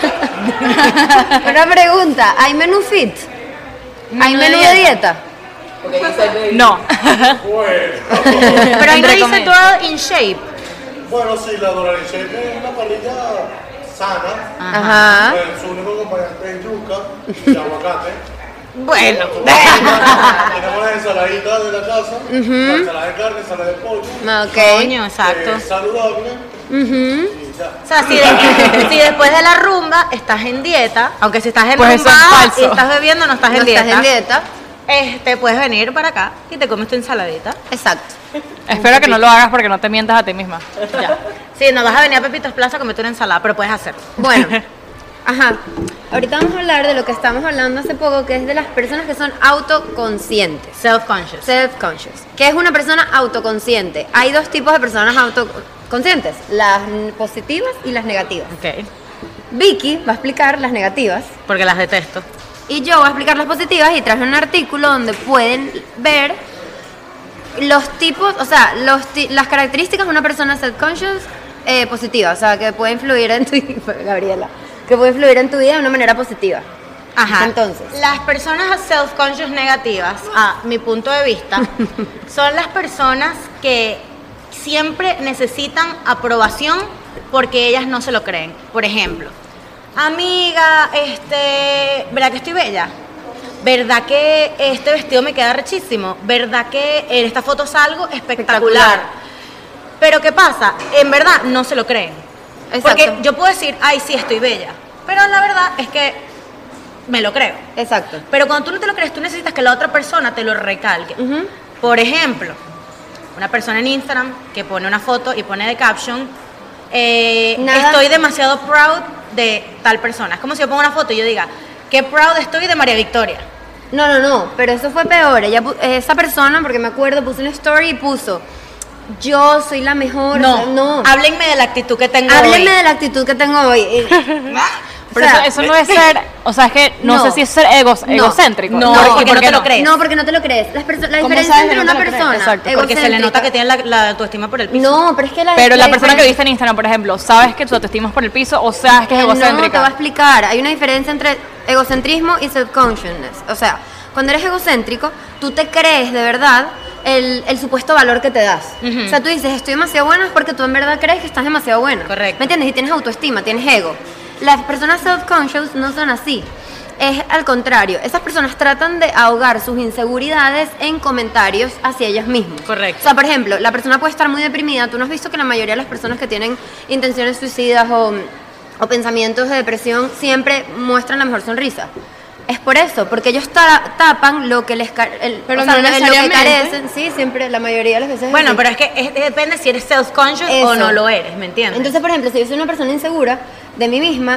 Una pregunta. ¿Hay menú fit? ¿Hay menú de dieta? No. Pero ahí no Entre dice comillas. todo in shape. Bueno, sí, la Doralice es una parrilla sana. Ajá. Su único acompañante es yuca y aguacate. Bueno. Tenemos las ensaladitas de la casa, la ensalada de carne, ensalada de pollo, Ok. Coño, exacto. saludable y ya. O sea, si después de la rumba estás en dieta, aunque si estás en Pues eso rumba es falso. y estás bebiendo, no estás No en dieta. estás en dieta. Puedes venir para acá y te comes tu ensaladita. Exacto. Espero que no lo hagas porque no te mientas a ti misma. Ya. Sí, no vas a venir a Pepitos Plaza a comerte una ensalada, pero puedes hacerlo. Bueno. Ajá. Ahorita vamos a hablar de lo que estamos hablando hace poco, que es de las personas que son autoconscientes. Self-conscious. Self-conscious. ¿Qué es una persona autoconsciente? Hay dos tipos de personas autoconscientes, las positivas y las negativas. Ok. Vicky va a explicar las negativas Porque las detesto. y yo voy a explicar las positivas y traje un artículo donde pueden ver los tipos, o sea, las características de una persona self-conscious positiva, o sea, que puede influir en tu Gabriela, que puede influir en tu vida de una manera positiva. Ajá. Entonces, Las personas self-conscious negativas, a mi punto de vista, son las personas que siempre necesitan aprobación porque ellas no se lo creen. Por ejemplo, amiga, ¿verdad que estoy bella? ¿Verdad que este vestido me queda rechísimo? ¿Verdad que en esta foto salgo espectacular? Pero ¿qué pasa? En verdad no se lo creen. Exacto. Porque yo puedo decir, ay, sí, estoy bella. Pero la verdad es que me lo creo. exacto. Pero cuando tú no te lo crees, tú necesitas que la otra persona te lo recalque. Por ejemplo, una persona en Instagram que pone una foto y pone de caption, Nada. estoy demasiado proud de tal persona. Es como si yo pongo una foto y yo diga, qué proud estoy de María Victoria. No, pero eso fue peor. Esa persona, porque me acuerdo, puso una story y puso, yo soy la mejor. o sea, no. Háblenme de la actitud que tengo Háblenme hoy. de la actitud que tengo hoy. Pero O sea, eso no es ser, o sea, es que no, No. sé si es ser egocéntrico. No, porque no te lo crees. No, porque no te lo crees. La ¿Cómo diferencia sabes entre que no una te lo crees? persona Exacto, Porque se le nota que egocéntrica- tiene la autoestima por el piso. No, pero es que Pero la persona que diferencia- viste en Instagram, por ejemplo, ¿sabes que tu autoestima es por el piso o sabes que es No, te voy a egocéntrica? explicar. Hay una diferencia entre egocentrismo y self-consciousness. O sea, cuando eres egocéntrico, tú te crees de verdad el supuesto valor que te das. O sea, tú dices, estoy demasiado bueno, es porque tú en verdad crees que estás demasiado bueno. Correcto. ¿Me entiendes? Y tienes autoestima, tienes ego. Las personas self-conscious no son así. Es al contrario. Esas personas tratan de ahogar sus inseguridades en comentarios hacia ellas mismas. Correcto. O sea, por ejemplo, la persona puede estar muy deprimida. Tú no has visto que la mayoría de las personas que tienen intenciones suicidas o pensamientos de depresión siempre muestran la mejor sonrisa. Es por eso, porque ellos tapan lo que les Pero o sea, no lo que necesariamente. carecen. Sí, siempre, la mayoría de las veces. es Bueno, así. pero es que depende si eres self-conscious o Eso. no lo eres, ¿me entiendes? Entonces, por ejemplo, si yo soy una persona insegura de mí misma,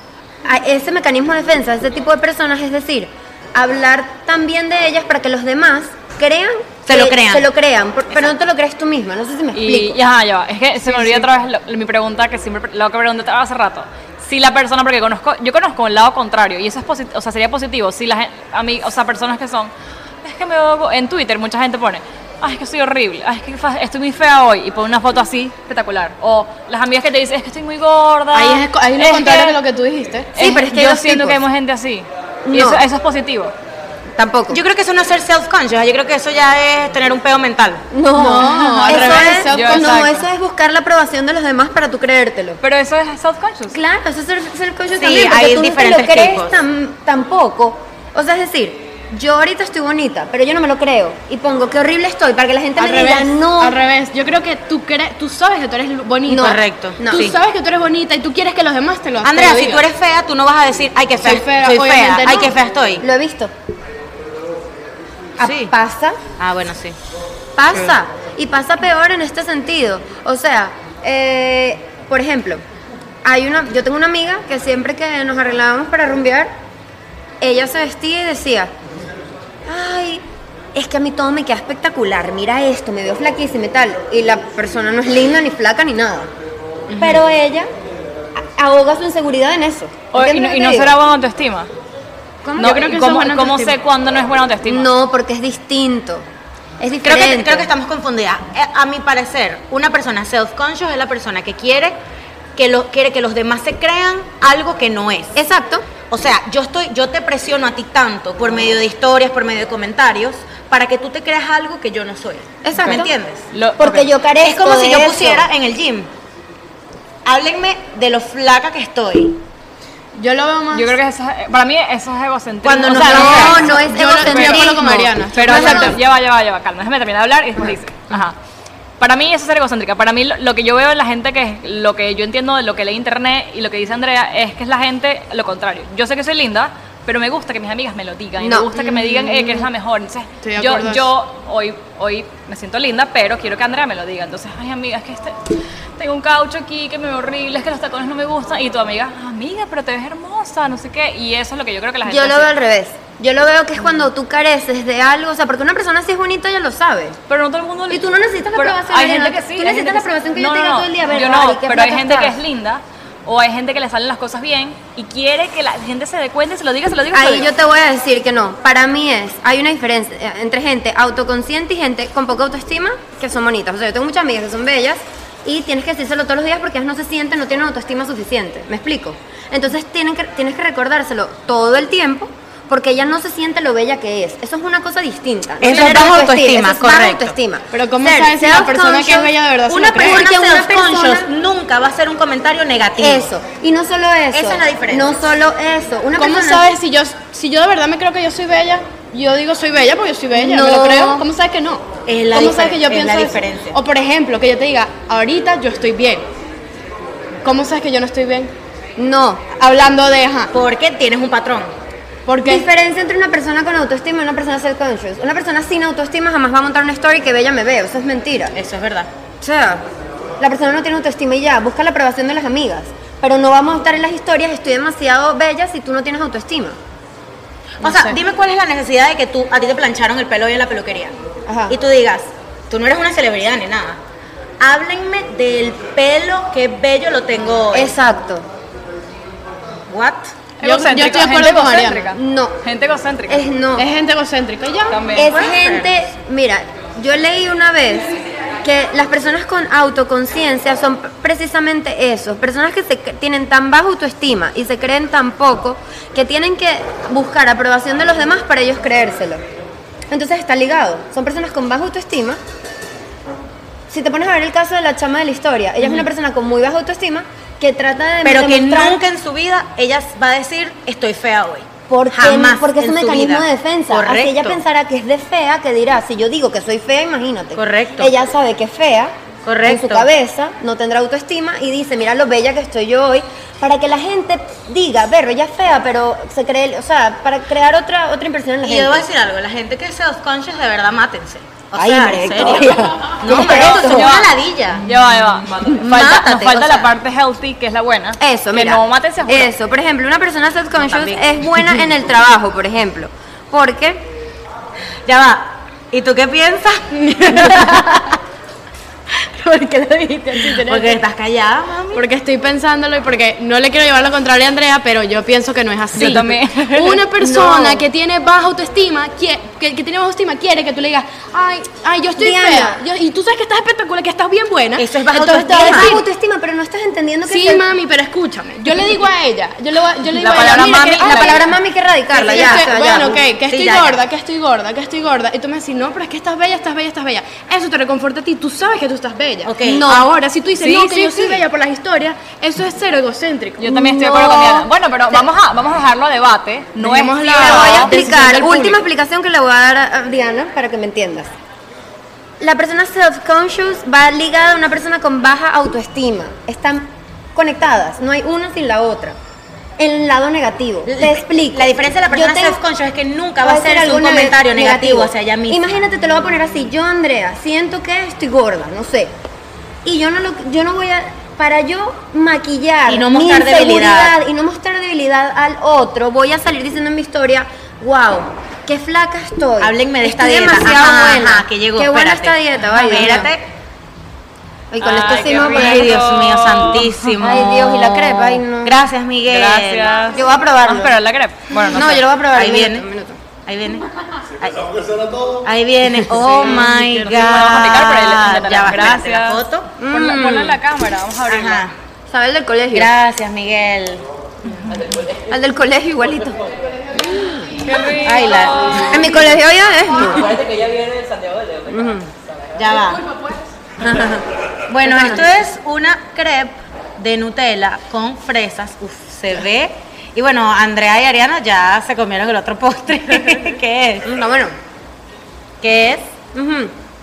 ese mecanismo de defensa de ese tipo de personas es decir, hablar tan bien de ellas para que los demás crean. Se lo crean. Se lo crean, pero no te lo crees tú misma. No sé si me explico. Y ajá, ya va. Es que se me olvidó otra vez mi pregunta, que siempre lo que pregunté hace rato. Si la persona, porque yo conozco el lado contrario, y eso es o sea, sería positivo, si o sea, personas que son, es que me veo en Twitter, mucha gente pone, ay, es que soy horrible, ay, es que estoy muy fea hoy, y pone una foto así, espectacular. O las amigas que te dicen, es que estoy muy gorda. Ahí es lo contrario de lo que tú dijiste. Sí, pero es que hay yo dos siento tipos. que hay gente así. Y No. eso es positivo. Tampoco. Yo creo que eso no es ser self-conscious, yo creo que eso ya es tener un pedo mental. No, al eso revés, es, self-conscious. no, eso es buscar la aprobación de los demás para tú creértelo. Pero eso es self-conscious. Claro, eso es ser conscious Sí, también, porque hay tú no te diferentes lo crees tipos. tampoco. O sea, es decir, yo ahorita estoy bonita, pero yo no me lo creo. Y pongo qué horrible estoy para que la gente Al me diga revés, no. al revés. Yo creo que tú sabes que tú eres bonita. No. Correcto. No. Tú Sí. sabes que tú eres bonita y tú quieres que los demás te lo Andrea, te lo si tú digan. eres fea, tú no vas a decir, ay, qué fea, Soy fea, soy fea, obviamente ay, no. qué fea estoy. Lo he visto. Sí. Pasa, Ah, bueno, sí. pasa. Y pasa peor en este sentido. O sea, por ejemplo, yo tengo una amiga que siempre que nos arreglábamos para rumbear, ella se vestía y decía, ay, es que a mí todo me queda espectacular, mira esto, me veo flaquísima y tal. Y la persona no es linda, ni flaca, ni nada. Pero ella ahoga su inseguridad en eso. Y no será buena autoestima. ¿Cómo? No, Yo creo que eso es buena ¿Cómo autoestima. sé cuándo no es buena autoestima? No, porque es distinto. Es Creo diferente. que estamos confundidas. A mi parecer, una persona self-conscious es la persona que quiere que los demás se crean algo que no es. Exacto. O sea, yo te presiono a ti tanto por medio de historias, por medio de comentarios, para que tú te creas algo que yo no soy. Exacto. ¿Me entiendes? Porque yo carezco Es como si de yo eso. pusiera en el gym. Háblenme de lo flaca que estoy. Yo lo veo más. Yo creo que para mí eso es egocentrismo. Cuando O no- sea, No es Yo estoy de acuerdo egocentrismo. con Mariana. Pero No, no, exacto, no. ya va, calma, déjame terminar de hablar y después dice. Ajá. Para mí eso es ser egocéntrica. Para mí lo que yo veo en la gente, lo que yo entiendo de lo que lee internet y lo que dice Andrea, es que es la gente lo contrario. Yo sé que soy linda, pero me gusta que mis amigas me lo digan. Y No. me gusta que me digan que eres la mejor. Entonces, Estoy de acuerdo. yo hoy me siento linda, pero quiero que Andrea me lo diga. Entonces, ay, amiga, es que tengo un caucho aquí que me ve horrible, es que los tacones no me gustan. Y tu amiga, amiga, pero te ves hermosa, no sé qué. Y eso es lo que yo creo que la gente Yo lo hace. veo al revés. Yo lo veo que es cuando tú careces de algo, o sea, porque una persona si es bonita ella lo sabe. Pero no todo el mundo. Y tú no necesitas la Pero aprobación, Hay Mariana. gente que sí. Tú hay gente necesitas la aprobación que yo no, te diga no, todo el día, yo ¿verdad? no, ¿Y qué pero hay flaca gente que es estás? linda o hay gente que le salen las cosas bien y quiere que la gente se dé cuenta y se lo diga. Ahí yo te voy a decir que no. Para mí hay una diferencia entre gente autoconsciente y gente con poca autoestima que son bonitas. O sea, yo tengo muchas amigas que son bellas y tienes que decírselo todos los días porque ellas no se sienten, no tienen autoestima suficiente. ¿Me explico? Entonces tienes que recordárselo todo el tiempo porque ella no se siente lo bella que es. Eso es una cosa distinta. No Eso tener es baja autoestima, autoestima, eso es baja correcto. autoestima. Pero ¿cómo Ser sabes si la persona que es bella de verdad se Una lo cree? persona Porque una self-conscious persona- nunca va a hacer un comentario negativo. Eso. Y no solo eso. Esa es la diferencia. No solo eso. Una ¿Cómo persona sabes si yo de verdad me creo que yo soy bella? Yo digo soy bella porque yo soy bella, ¿me No. lo creo? ¿Cómo sabes que no? Es la ¿Cómo sabes que yo diferen- es pienso la eso? diferencia. O por ejemplo, que yo te diga, ahorita yo estoy bien. ¿Cómo sabes que yo no estoy bien? No. Hablando de, ajá, Porque tienes un patrón. ¿por qué? Diferencia entre una persona con autoestima y una persona self-conscious. Una persona sin autoestima jamás va a montar una story que bella me veo. Eso es mentira. Eso es verdad. O sea, la persona no tiene autoestima y ya, busca la aprobación de las amigas. Pero no vamos a estar en las historias, estoy demasiado bella si tú no tienes autoestima. O sea, dime cuál es la necesidad de que a ti te plancharon el pelo hoy en la peluquería. Ajá. Y tú digas, tú no eres una celebridad ni nada. Háblenme del pelo, qué bello lo tengo hoy. Exacto. What? Yo estoy de acuerdo con Mariana. No. Gente egocéntrica. No. Es gente egocéntrica y ya. También. Es puede ser. gente, mira, yo leí una vez que las personas con autoconciencia son precisamente eso, personas que tienen tan baja autoestima y se creen tan poco que tienen que buscar aprobación de los demás para ellos creérselo. Entonces está ligado, son personas con baja autoestima. Si te pones a ver el caso de la chama de la historia, ella es una persona con muy baja autoestima que trata de Pero que demostrar- nunca en su vida ella va a decir, estoy fea hoy. Porque, Jamás porque es un en su mecanismo vida. de defensa. Así Correcto. ella pensará que es de fea, que dirá, si yo digo que soy fea, imagínate. Correcto. Ella sabe que es fea. Correcto. En su cabeza, no tendrá autoestima y dice, mira lo bella que estoy yo hoy, para que la gente diga, ver, ella es fea, pero se cree, o sea, para crear otra impresión en la Y gente. yo voy a decir algo, la gente que es self-conscious de verdad mátense. O Ay, sea, María en serio. Victoria. No, ¿Qué pero es esto eso? es una ladilla. Ya va. Mátate, Nos falta o sea. la parte healthy, que es la buena. Eso, que mira. no mates a juro. Eso, por ejemplo, una persona self-conscious también. es buena en el trabajo, por ejemplo. Porque Ya va. ¿Y tú qué piensas? ¿Por qué lo dijiste así? Porque estás callada, mami. Porque estoy pensándolo y porque no le quiero llevar lo contrario a Andrea, pero yo pienso que no es así. Yo también. Una persona No. que tiene baja autoestima, que tiene baja autoestima, quiere que tú le digas, ay, yo estoy Diana. fea. y tú sabes que estás espectacular, que estás bien buena. Eso es baja Entonces te va a es autoestima. baja decir, autoestima, pero no estás entendiendo que sí, es el- mami, pero escúchame. Yo le digo a ella, yo le digo La a ella, palabra mira, mami- que- la ay, palabra mami hay que erradicarla, que ya, estoy- o sea, ya. bueno, ok, que estoy ya, ya. gorda, que estoy gorda, que estoy gorda. Y tú me decís, no, pero es que estás bella, estás bella, estás bella. Eso te reconforta a ti, tú sabes que tú estás bella. Ok. No. Ahora, si tú dices, Sí, no, que sí, yo soy sí. bella por las historias, eso es ser egocéntrico. Yo también estoy de No. acuerdo con Diana. Bueno, pero vamos a dejarlo a debate. No es Dejémoslo Te voy a decisión explicar, del última público. explicación que le voy a dar a Diana para que me entiendas. La persona self-conscious va ligada a una persona con baja autoestima. Están conectadas, no hay una sin la otra. El lado negativo. Te explico. La diferencia de la Yo persona tengo- self-conscious es que nunca va a hacer algo un comentario negativo hacia ella misma. Imagínate, te lo voy a poner así. Yo, Andrea, siento que estoy gorda, no sé. Y yo no voy a para yo maquillar Y no mi mostrar inseguridad debilidad. y no mostrar debilidad al otro, voy a salir diciendo en mi historia, wow, qué flaca estoy. Háblenme de esta Estoy dieta. demasiado Ajá, buena. ajá, que llegó. Qué buena espérate. esta dieta, ay, Dios mío. Espérate. Y con esto Ay, sí qué me voy a poner- Ay, Dios mío, santísimo. Ay, Dios, y la crepa, ay, no. Gracias, Miguel. Gracias. Yo voy a probarlo. Vamos a esperar la crepe. Bueno, no, No, sé. yo lo voy a probar. Ahí un viene. minuto, un minuto. Ahí viene. Ahí, ¿Sabes que será todo? ahí viene. Oh my God. Vamos a picar, pero ahí le intentaré. Ya va, espérate, Gracias. la foto. Ponla en la cámara, vamos a abrirla. Ajá. ¿Sabe el del colegio? Gracias, Miguel. Al del colegio igualito. Qué rico. Ay, la. En mi colegio había esto. Ya va. Bueno, esto es una crepe de Nutella con fresas. Uf, se ve. Y bueno, Andrea y Ariana ya se comieron el otro postre. ¿Qué es? Está bueno. ¿Qué es? Ujú.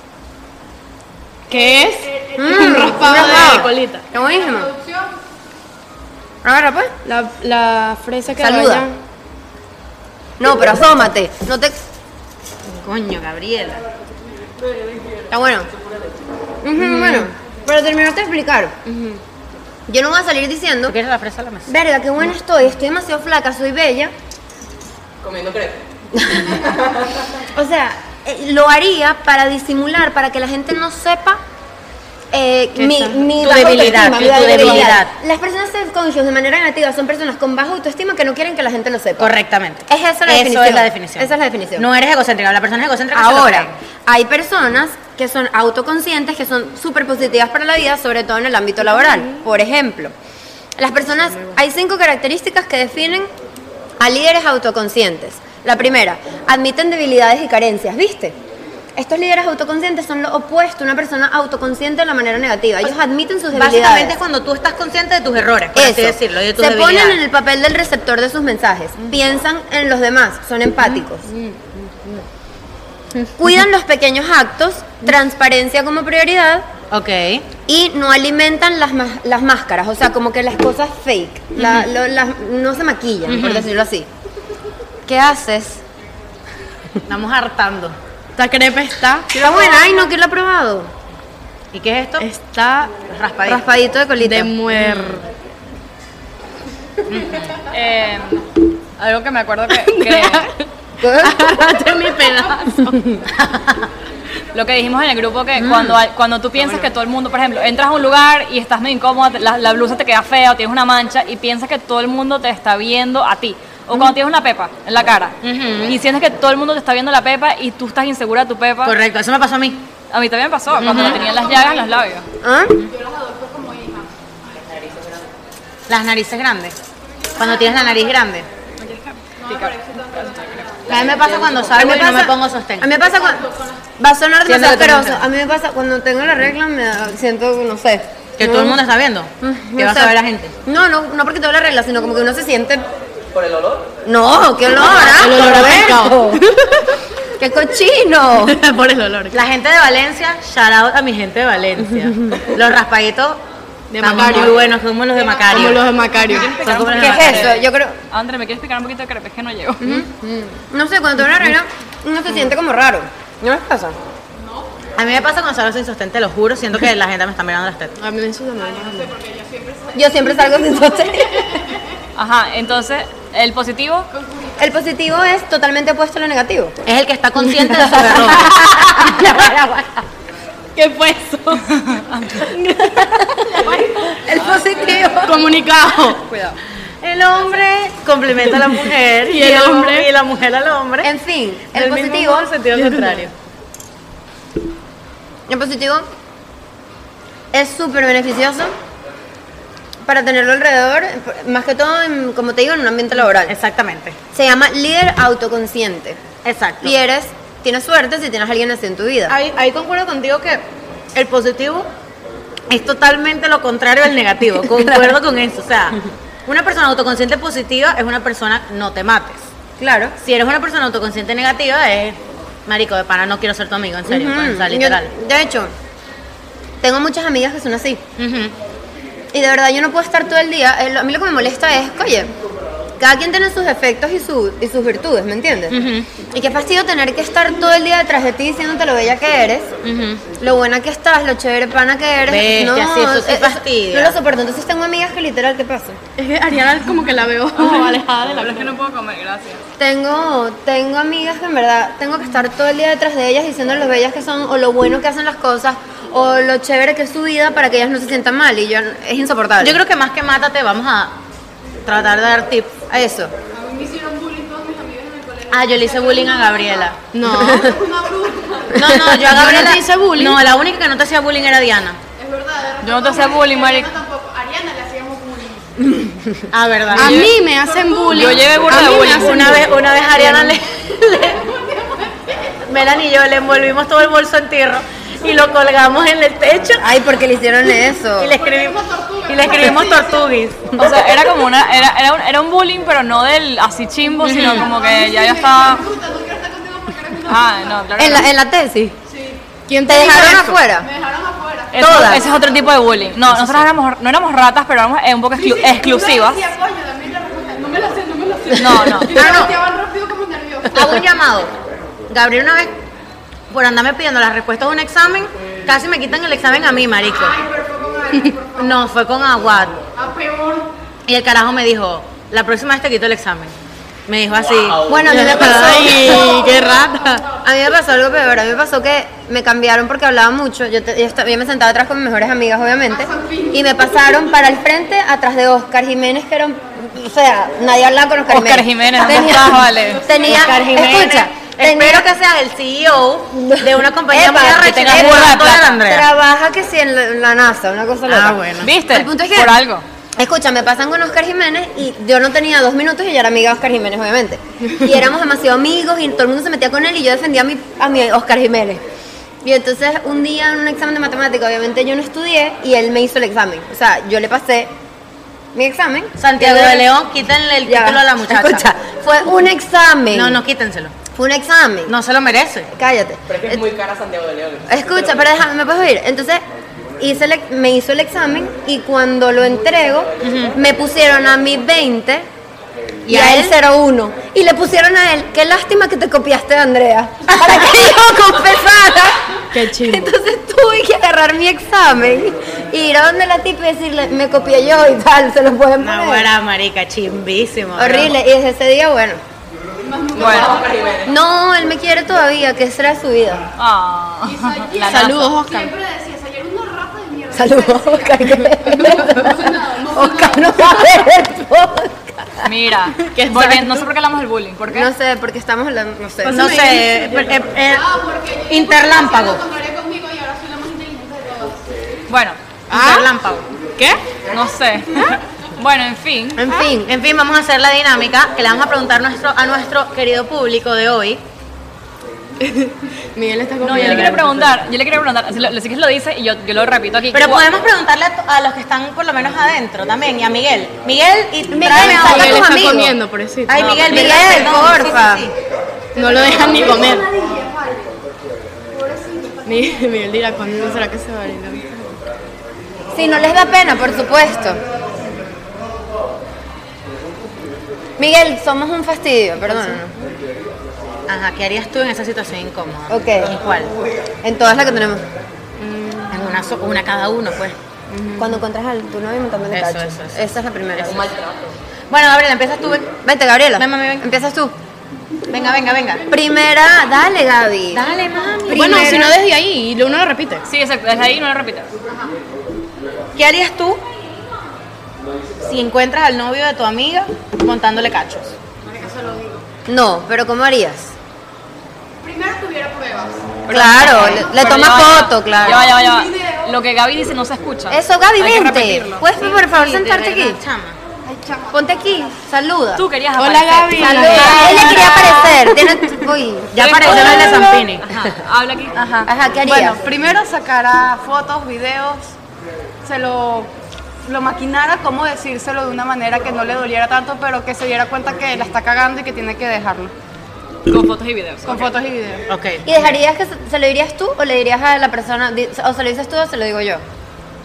¿Qué es? Mm, raspado raspado. de colita. Está buenísimo. Agarra pues. La fresa que Saluda. vaya. No, pero asómate. No te. Coño, Gabriela. Está bueno. Ujú, bueno, pero terminaste de explicar. Yo no voy a salir diciendo, ¿Tú quieres la fresa a la mesa? verga, qué buena estoy demasiado flaca, soy bella. Comiendo crepe. O sea, lo haría para disimular, para que la gente no sepa mi Tu baja debilidad, autoestima, tu mi debilidad. Las personas self-conscious de manera negativa son personas con baja autoestima que no quieren que la gente lo sepa. Correctamente. Es esa la definición. Eso es la definición. Esa es la definición. No eres egocéntrica, la persona es egocéntrica. se lo Ahora, cree. hay personas que son autoconscientes, que son súper positivas para la vida, sobre todo en el ámbito laboral. Por ejemplo, las personas, hay 5 características que definen a líderes autoconscientes. La primera, admiten debilidades y carencias, ¿viste? Estos líderes autoconscientes son lo opuesto a una persona autoconsciente de la manera negativa. Ellos admiten sus debilidades. Básicamente es cuando tú estás consciente de tus errores, por así Eso. decirlo, y de tus Se debilidades. ponen en el papel del receptor de sus mensajes. Piensan en los demás, son empáticos. Cuidan los pequeños actos, transparencia como prioridad Ok. y no alimentan las máscaras, o sea, como que las cosas fake, no se maquillan, por decirlo así. ¿Qué haces? Estamos hartando. Esta crepe está Está buena, ay no, ¿quién la ha probado? ¿Y qué es esto? está Raspadito. Raspadito de colita. de muer. Algo que me acuerdo que Date mi pedazo. lo que dijimos en el grupo que cuando tú piensas que todo el mundo, por ejemplo, entras a un lugar y estás medio incómoda, la blusa te queda fea o tienes una mancha y piensas que todo el mundo te está viendo a ti. O cuando tienes una pepa en la cara y sientes que todo el mundo te está viendo la pepa y tú estás insegura de tu pepa. Correcto, eso me pasó a mí. A mí también me pasó cuando me tenían las llagas en los labios. ¿Ah? Las narices grandes. Cuando tienes la nariz grande. A mí me pasa cuando salgo y no me pongo sostén. A mí me pasa cuando... Va a sonar Siendo demasiado que tengo asqueroso. A mí me pasa cuando tengo la regla, siento, no sé. Que no- todo el mundo está viendo. no Que vas sé. a ver la gente. No porque tengo la regla, sino como que uno se siente... ¿Por el olor? No, qué olor, ¿ah? El olor a Roberto. ¡Qué cochino! Por el olor. La gente de Valencia, shout out a mi gente de Valencia. Los raspaditos De están Macario. muy buenos, como los de Macario. Como los de Macario. Son como los de ¿Qué Macario. es eso? Yo creo... André, ¿me quieres explicar un poquito de crepe? Es que no llego. No sé, cuando tengo la regla, uno se siente como raro. ¿No les pasa? A mí me pasa cuando salgo sin sostén, te lo juro, siento que la gente me está mirando las tetas. A mí me suda mal. Yo siempre salgo sin sostén. Ajá, entonces, el positivo, El positivo es totalmente opuesto a lo negativo. Es el que está consciente de sus errores. ¿Qué fue eso? El positivo. Comunicado. cuidado. El hombre complementa a la mujer Y el hombre. y la mujer al hombre. En fin, el Del mismo positivo... modo, en sentido contrario. El positivo es súper beneficioso para tenerlo alrededor, más que todo, como te digo, en un ambiente laboral. Exactamente. Se llama líder autoconsciente. Exacto. Y tienes suerte si tienes a alguien así en tu vida. Ahí concuerdo contigo que el positivo es totalmente lo contrario del negativo. Concuerdo con eso. O sea, una persona autoconsciente positiva es una persona no te mates. Claro. Si eres una persona autoconsciente negativa es marico de pana, no quiero ser tu amigo, en serio. Ujú. O sea, Yo, literal. de hecho, tengo muchas amigas que son así. Ujú. Y de verdad yo no puedo estar todo el día. A mí lo que me molesta es, oye, cada quien tiene sus defectos y sus virtudes, ¿me entiendes? Y qué fastidio tener que estar todo el día detrás de ti diciéndote lo bella que eres, lo buena que estás, lo chévere pana que eres. Bestia, sí, eso sí fastidia. No lo soporto. Entonces tengo amigas que literal, ¿qué pasa? Es que Ariana como que la veo alejada de la Pero es que no puedo comer, gracias. Tengo amigas que en verdad tengo que estar todo el día detrás de ellas diciendo lo bellas que son o lo bueno que hacen las cosas o lo chévere que es su vida para que ellas no se sientan mal y es insoportable. Yo creo que más que mátate, vamos a tratar de dar tips a eso. A mí me hicieron bullying todos mis amigos en el colegio. Ah, yo le hice bullying a Gabriela. No. No, yo a Gabriela te hice bullying. No, la única que no te hacía bullying era Diana. Es verdad. Yo no te hacía bullying, marico. Tampoco. A Ariana le hacíamos bullying. Ah, verdad. A mí me hacen bullying. Yo llevé burda A de mí me bullying. hacen Una vez Ariana Melanie y yo le envolvimos todo el bolso en tierra y lo colgamos en el techo Ay, porque le hicieron eso. y le escribimos tortuguis. O sea, era como era un bullying, pero no del así chimbo, sino como que ya yo estaba. Ah, no, claro. En la tesis. ¿Quién ¿Te dijo dejaron eso? afuera? Me dejaron afuera. Ese es otro tipo de bullying. No, nosotros no éramos ratas, pero éramos un poco exclusivas. Decía, coño, dame la respuesta. No me la sé. No. Y se volteaban rápido como nerviosos. Hago un llamado. Gabriel una vez, por andarme pidiendo las respuestas de un examen, casi me quitan el examen a mí, marico. No, fue con Aguad. A peor. Y el carajo me dijo, la próxima vez te quito el examen. Me dijo así. Bueno, a mí me pasó. Ay, qué rata. A mí me pasó algo peor. A mí me pasó que me cambiaron porque hablaba mucho. Yo me sentaba atrás con mis mejores amigas, obviamente. Y me pasaron para el frente, atrás de Oscar Jiménez, que era o sea, nadie hablaba con Oscar Jiménez. Oscar Jiménez, ¿dónde estás, vale? Oscar Jiménez. Escucha. Espero que seas el CEO de una compañía muy Epa, arrecha que tengas que burda de lleva toda la plata. Andrea. Trabaja que sí en la NASA, una cosa loca. bueno. ¿Viste? El punto es que- Por algo. Escucha, me pasan con Oscar Jiménez y yo no tenía 2 minutos y ya era amiga de Oscar Jiménez, obviamente. Y éramos demasiado amigos y todo el mundo se metía con él y yo defendía a mi Oscar Jiménez. Y entonces un día en un examen de matemática, obviamente yo no estudié y él me hizo el examen. O sea, yo le pasé mi examen. Santiago de León, quítenle el Ya, título a la muchacha. Escucha, fue un examen. No, quítenselo. Fue un examen. No se lo merece. Cállate. Pero es que es muy cara Santiago de León. Escucha, pero déjame, ¿me puedes oír? Entonces, me hizo el examen y cuando lo entrego, me pusieron a mí 20 y a él 0,1. Y le pusieron a él, qué lástima que te copiaste de Andrea, para que yo confesara. Qué chimbo. Entonces tuve que agarrar mi examen y ir a donde la tipa y decirle, me copié yo y tal, se lo pueden poner. No, buena marica, chimbísimo. Horrible, y desde ese día, bueno. Bueno. No, él me quiere todavía, que será de su vida. Ah. La Saludos, Oscar. Siempre decías, ayer una rata de mierda. Saludos, Oscar. Oscar no va a ver el podcast. Mira, no sé por qué hablamos del bullying. ¿Por qué? No sé, porque estamos hablando, no sé. No sé, interlámpago. Conmigo y ahora soy la más inteligente de todas. Bueno, Interlámpago. ¿qué? No sé. Bueno, en fin. En fin, vamos a hacer la dinámica que le vamos a preguntar a nuestro querido público de hoy. Miguel está No, conmigo. yo le quiero preguntar, si que lo dice y yo lo repito aquí. Pero podemos preguntarle a los que están por lo menos adentro también y a Miguel. Miguel, y Miguel, tráeme a saca otro. tus Miguel está amigos. comiendo, por eso. Ay, No, Miguel, Miguel, perdón, porfa. sí. No lo dejan ni comer. Miguel dirá, ¿cuándo será que se va a ir? Si no les da pena, por supuesto. Miguel, somos un fastidio, perdón. Ajá, ¿qué harías tú en esa situación incómoda? Ok. ¿En cuál? En todas las que tenemos. En una cada uno, pues. Cuando encuentras al tu novio montando el Eso, cacho. eso. Esa es la primera. Bueno, Gabriela, empiezas tú. Vete, Gabriela. Ven, mami, ven. Empiezas tú. Venga. Primera, dale, Gaby. Dale, mami. Bueno, si no desde ahí, y uno lo repite. Sí, exacto, desde ahí no lo repitas. ¿Qué harías tú si encuentras al novio de tu amiga montándole cachos? No, pero ¿cómo harías? Primero tuviera pruebas. Claro, le Pero tomas ya va, foto, claro. Ya va. Lo que Gaby dice no se escucha. Eso, Gaby, Hay que vente. repetirlo. ¿Puedes, por favor, Sí, sentarte de aquí? verdad, chama. Ponte aquí, saluda. Tú querías Hola, aparecer. Gaby. Saluda. Ella quería aparecer. Uy, Ya apareció el de Zampini. Ajá, habla aquí. Ajá, ¿qué harías? Bueno, primero sacara fotos, videos, se lo maquinara, cómo decírselo de una manera que no le doliera tanto, pero que se diera cuenta que la está cagando y que tiene que dejarlo. Con fotos y videos. Con fotos y videos. Ok. ¿Y dejarías que se lo dirías tú o le dirías a la persona, o se lo dices tú o se lo digo yo?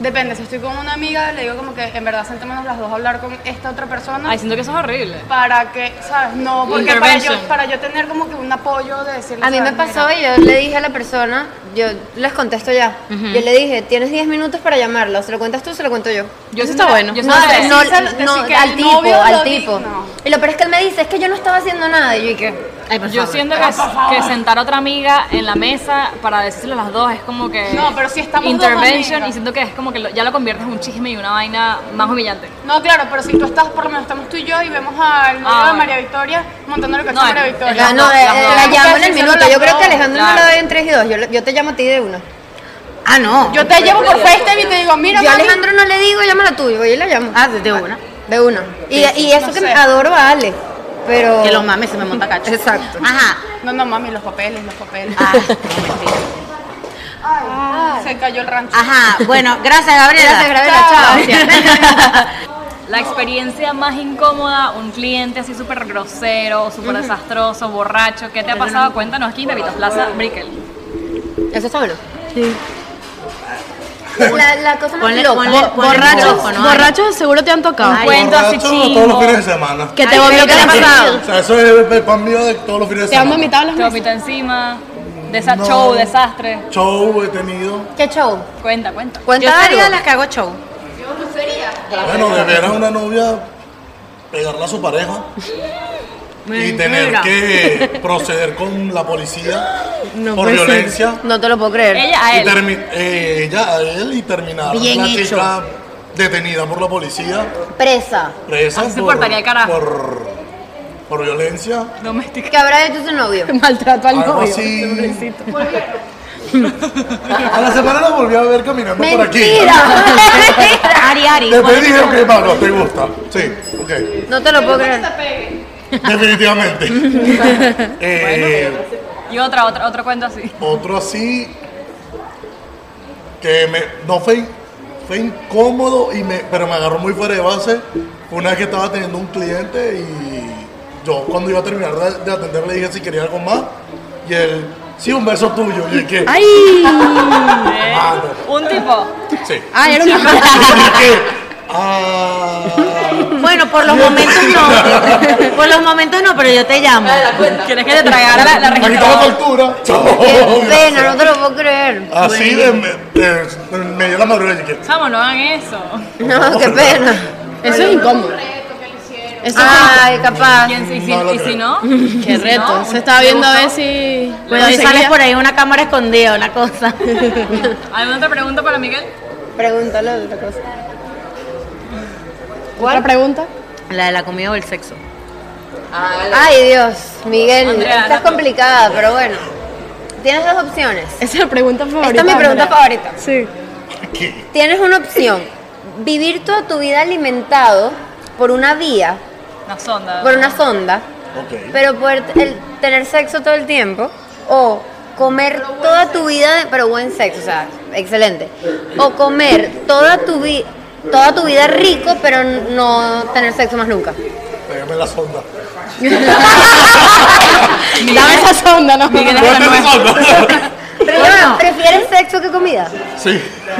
Depende, si estoy con una amiga, le digo como que en verdad sentémonos las dos a hablar con esta otra persona. Ay, siento que eso es horrible. Para que, ¿sabes? No, porque para yo tener como que un apoyo de decirle. A mí me ¿sabes? pasó Mira. y yo le dije a la persona, yo les contesto ya. Yo le dije, tienes 10 minutos para llamarla, o se lo cuentas tú o se lo cuento yo. Yo Eso siento- está bueno. Yo No, siento que- no, decir no, que al el tipo, novio al lo tipo. no. Y lo peor es que él me dice, es que yo no estaba haciendo nada. Y yo, ¿y qué? Ay, por Yo favor. siento que sentar a otra amiga en la mesa para decírselo a las dos es como que... No, pero si estamos dos intervention, amigas. y siento que es como que ya lo conviertes en un chisme y una vaina más humillante. No, claro, pero si tú estás, por lo menos estamos tú y yo y vemos al novio de bueno. María Victoria montando el coche No, de María es- Victoria. Las No, dos, las dos. la llamo en el Casi minuto. son Yo las creo que dos, Alejandro no claro. la ve en 3 y 2. Yo te llamo a ti de una. Ah, no. Yo te llevo por FaceTime y te digo, mira, Yo a mami. Alejandro no le digo, llámala tú. Yo la llamo. Ah, de una. De una. Y eso no que sé. adoro a Ale. Pero. Que los mames se me monta cacho. Exacto. Ajá. No, no, mami, los papeles, los papeles. Ah, no, mentira. Se cayó el rancho. Ajá, bueno, gracias, Gabriela. Gracias, Gabriela. Chao. La experiencia más incómoda, un cliente así súper grosero, súper desastroso, borracho. ¿Qué te ha pasado? Cuéntanos aquí en Pepito Plaza, Brickell. Eso está bueno. Sí. La cosa más Ponle- loca. ponle- ponle Borrachos, micrófono, Ari. borrachos seguro te han tocado. Ay, Cuento así Borracho chingo. todos los fines de semana. Que te Ay, vomita ¿qué te ha la pasado? O sea, eso es el pan mío de todos los fines de Te han semana. vomitado las Te mesas. vomita encima, No. show, desastre. Show he tenido. ¿Qué show? Cuenta. Yo Cuenta soy algo. de las que hago show. Bueno, de ver a una novia pegarle a su pareja y tener que proceder con la policía por puede ser. violencia. No te lo puedo creer. Ella a Y él. ella a él y terminar Bien la hecho. chica detenida por la policía, Presa. presa Así se portaría el carajo. por violencia. Doméstica. ¿Qué habrá hecho su novio? Maltrato al Algo novio. así. pobrecito. A la semana la volví a ver caminando por aquí. ¡Mentira! Ari, Después ponle dije, ok, micrófono. Pablo, te gusta. Sí, ok. No te lo puedo creer. Definitivamente. Y otro cuento así. Otro así que no fue incómodo pero me agarró muy fuera de base. Una vez que estaba teniendo un cliente y yo cuando iba a terminar de atender le dije si quería algo más y él, sí, un beso tuyo. Y dije, ¡Ay! ah, no. Un tipo. Sí. ¡Ay, era una... Y dije, ah. Bueno, por los momentos no. Por los momentos no, pero yo te llamo. ¿Quieres que te tragara la Me quitó la registradora? factura. Qué pena, no te lo puedo creer. Así me dio la madurez y dije, Chamo, no hagan eso. No, qué pena. Eso es incómodo. Eso Ay, capaz. ¿Quién, y, si, No lo y si creo. no? es qué reto. No, Se estaba ¿te viendo a gustó? ver si... Cuando ahí sales por ahí una cámara escondida, una cosa. ¿Alguna otra pregunta para Miguel? Pregúntale otra cosa. ¿Otra pregunta? La de la comida o el sexo. Ay, Dios, Miguel, Andrea, estás la- complicada, pero bueno. Tienes dos opciones. Esa es la pregunta favorita. Esta es mi pregunta Andrea. favorita. Sí. Tienes una opción. Vivir toda tu vida alimentado por una vía, Una sonda. por una sonda, ok. pero poder tener sexo todo el tiempo, o comer toda tu vida, pero buen sexo, o sea, excelente. O comer toda tu vida rico, pero no tener sexo más nunca. Pégame la sonda. Dame esa sonda, ¿no? Miguel es Ponte la la nueva. sonda. Pero ya, ¿prefieres sexo que comida? Sí.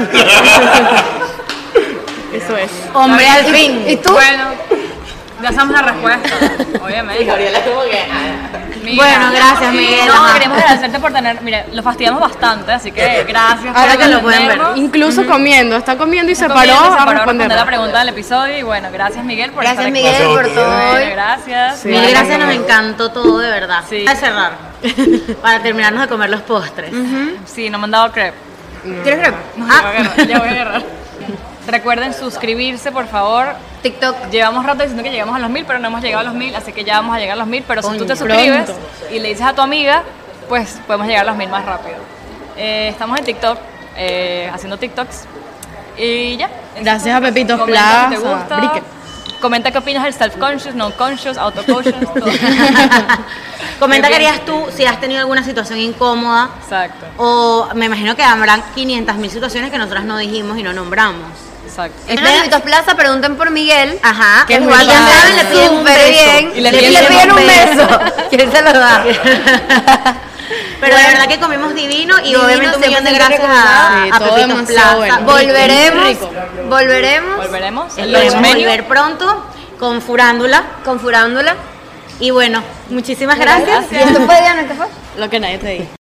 Eso es. Hombre, al fin. ¿Y tú? Bueno, ya sabemos la respuesta, obviamente. Gabriela es como que. Mira, Bueno, gracias, Miguel. No, Ajá. queremos agradecerte por tener. Mire, lo fastidiamos bastante, así que gracias. Ahora por que lo pueden ver. atendernos. Incluso comiendo. Está comiendo y se Está paró comiendo y se a paró responder. la pregunta del episodio. Y bueno, gracias, Miguel, por Gracias, estar aquí. Miguel, Gracias a por ustedes. todo Bueno, hoy. gracias. Mil gracias, nos encantó todo, de verdad. Sí. A cerrar. Para terminarnos de comer los postres. Sí, nos han dado crepe. ¿Quieres crepe? No, ya voy a agarrar. Recuerden suscribirse, por favor. TikTok. Llevamos rato diciendo que llegamos a los 1000, pero no hemos llegado a los 1000, así que ya vamos a llegar a los 1000. Pero si tú te suscribes y le dices a tu amiga, pues podemos llegar a los 1000 más rápido. Estamos en TikTok, haciendo TikToks. Y ya. Gracias a Pepito Comenta si te Plaza, gusta. Brickell. Comenta qué opinas del self-conscious, non-conscious, auto-conscious, todo. Comenta qué harías tú si has tenido alguna situación incómoda. Exacto, O me imagino que habrán 500.000 situaciones que nosotras no dijimos y no nombramos. exacto. En Pepito Plaza pregunten por Miguel. Ajá. Que es igual muy ya saben, bien, le piden un súper beso. bien. Y le le piden piden un un beso. Y él se lo da. Pero de verdad que comimos divino y Divino, obviamente un millón de 100% gracias recomendado. Sí, a todo Pepitos demasiado Plaza. bueno. Volveremos. Volveremos. El Esperemos lunch menu. volver pronto con Furándula. Con Furándula. Y bueno, muchísimas gracias. ¿Y esto fue, Diana? ¿Qué fue? Lo que nadie te dice.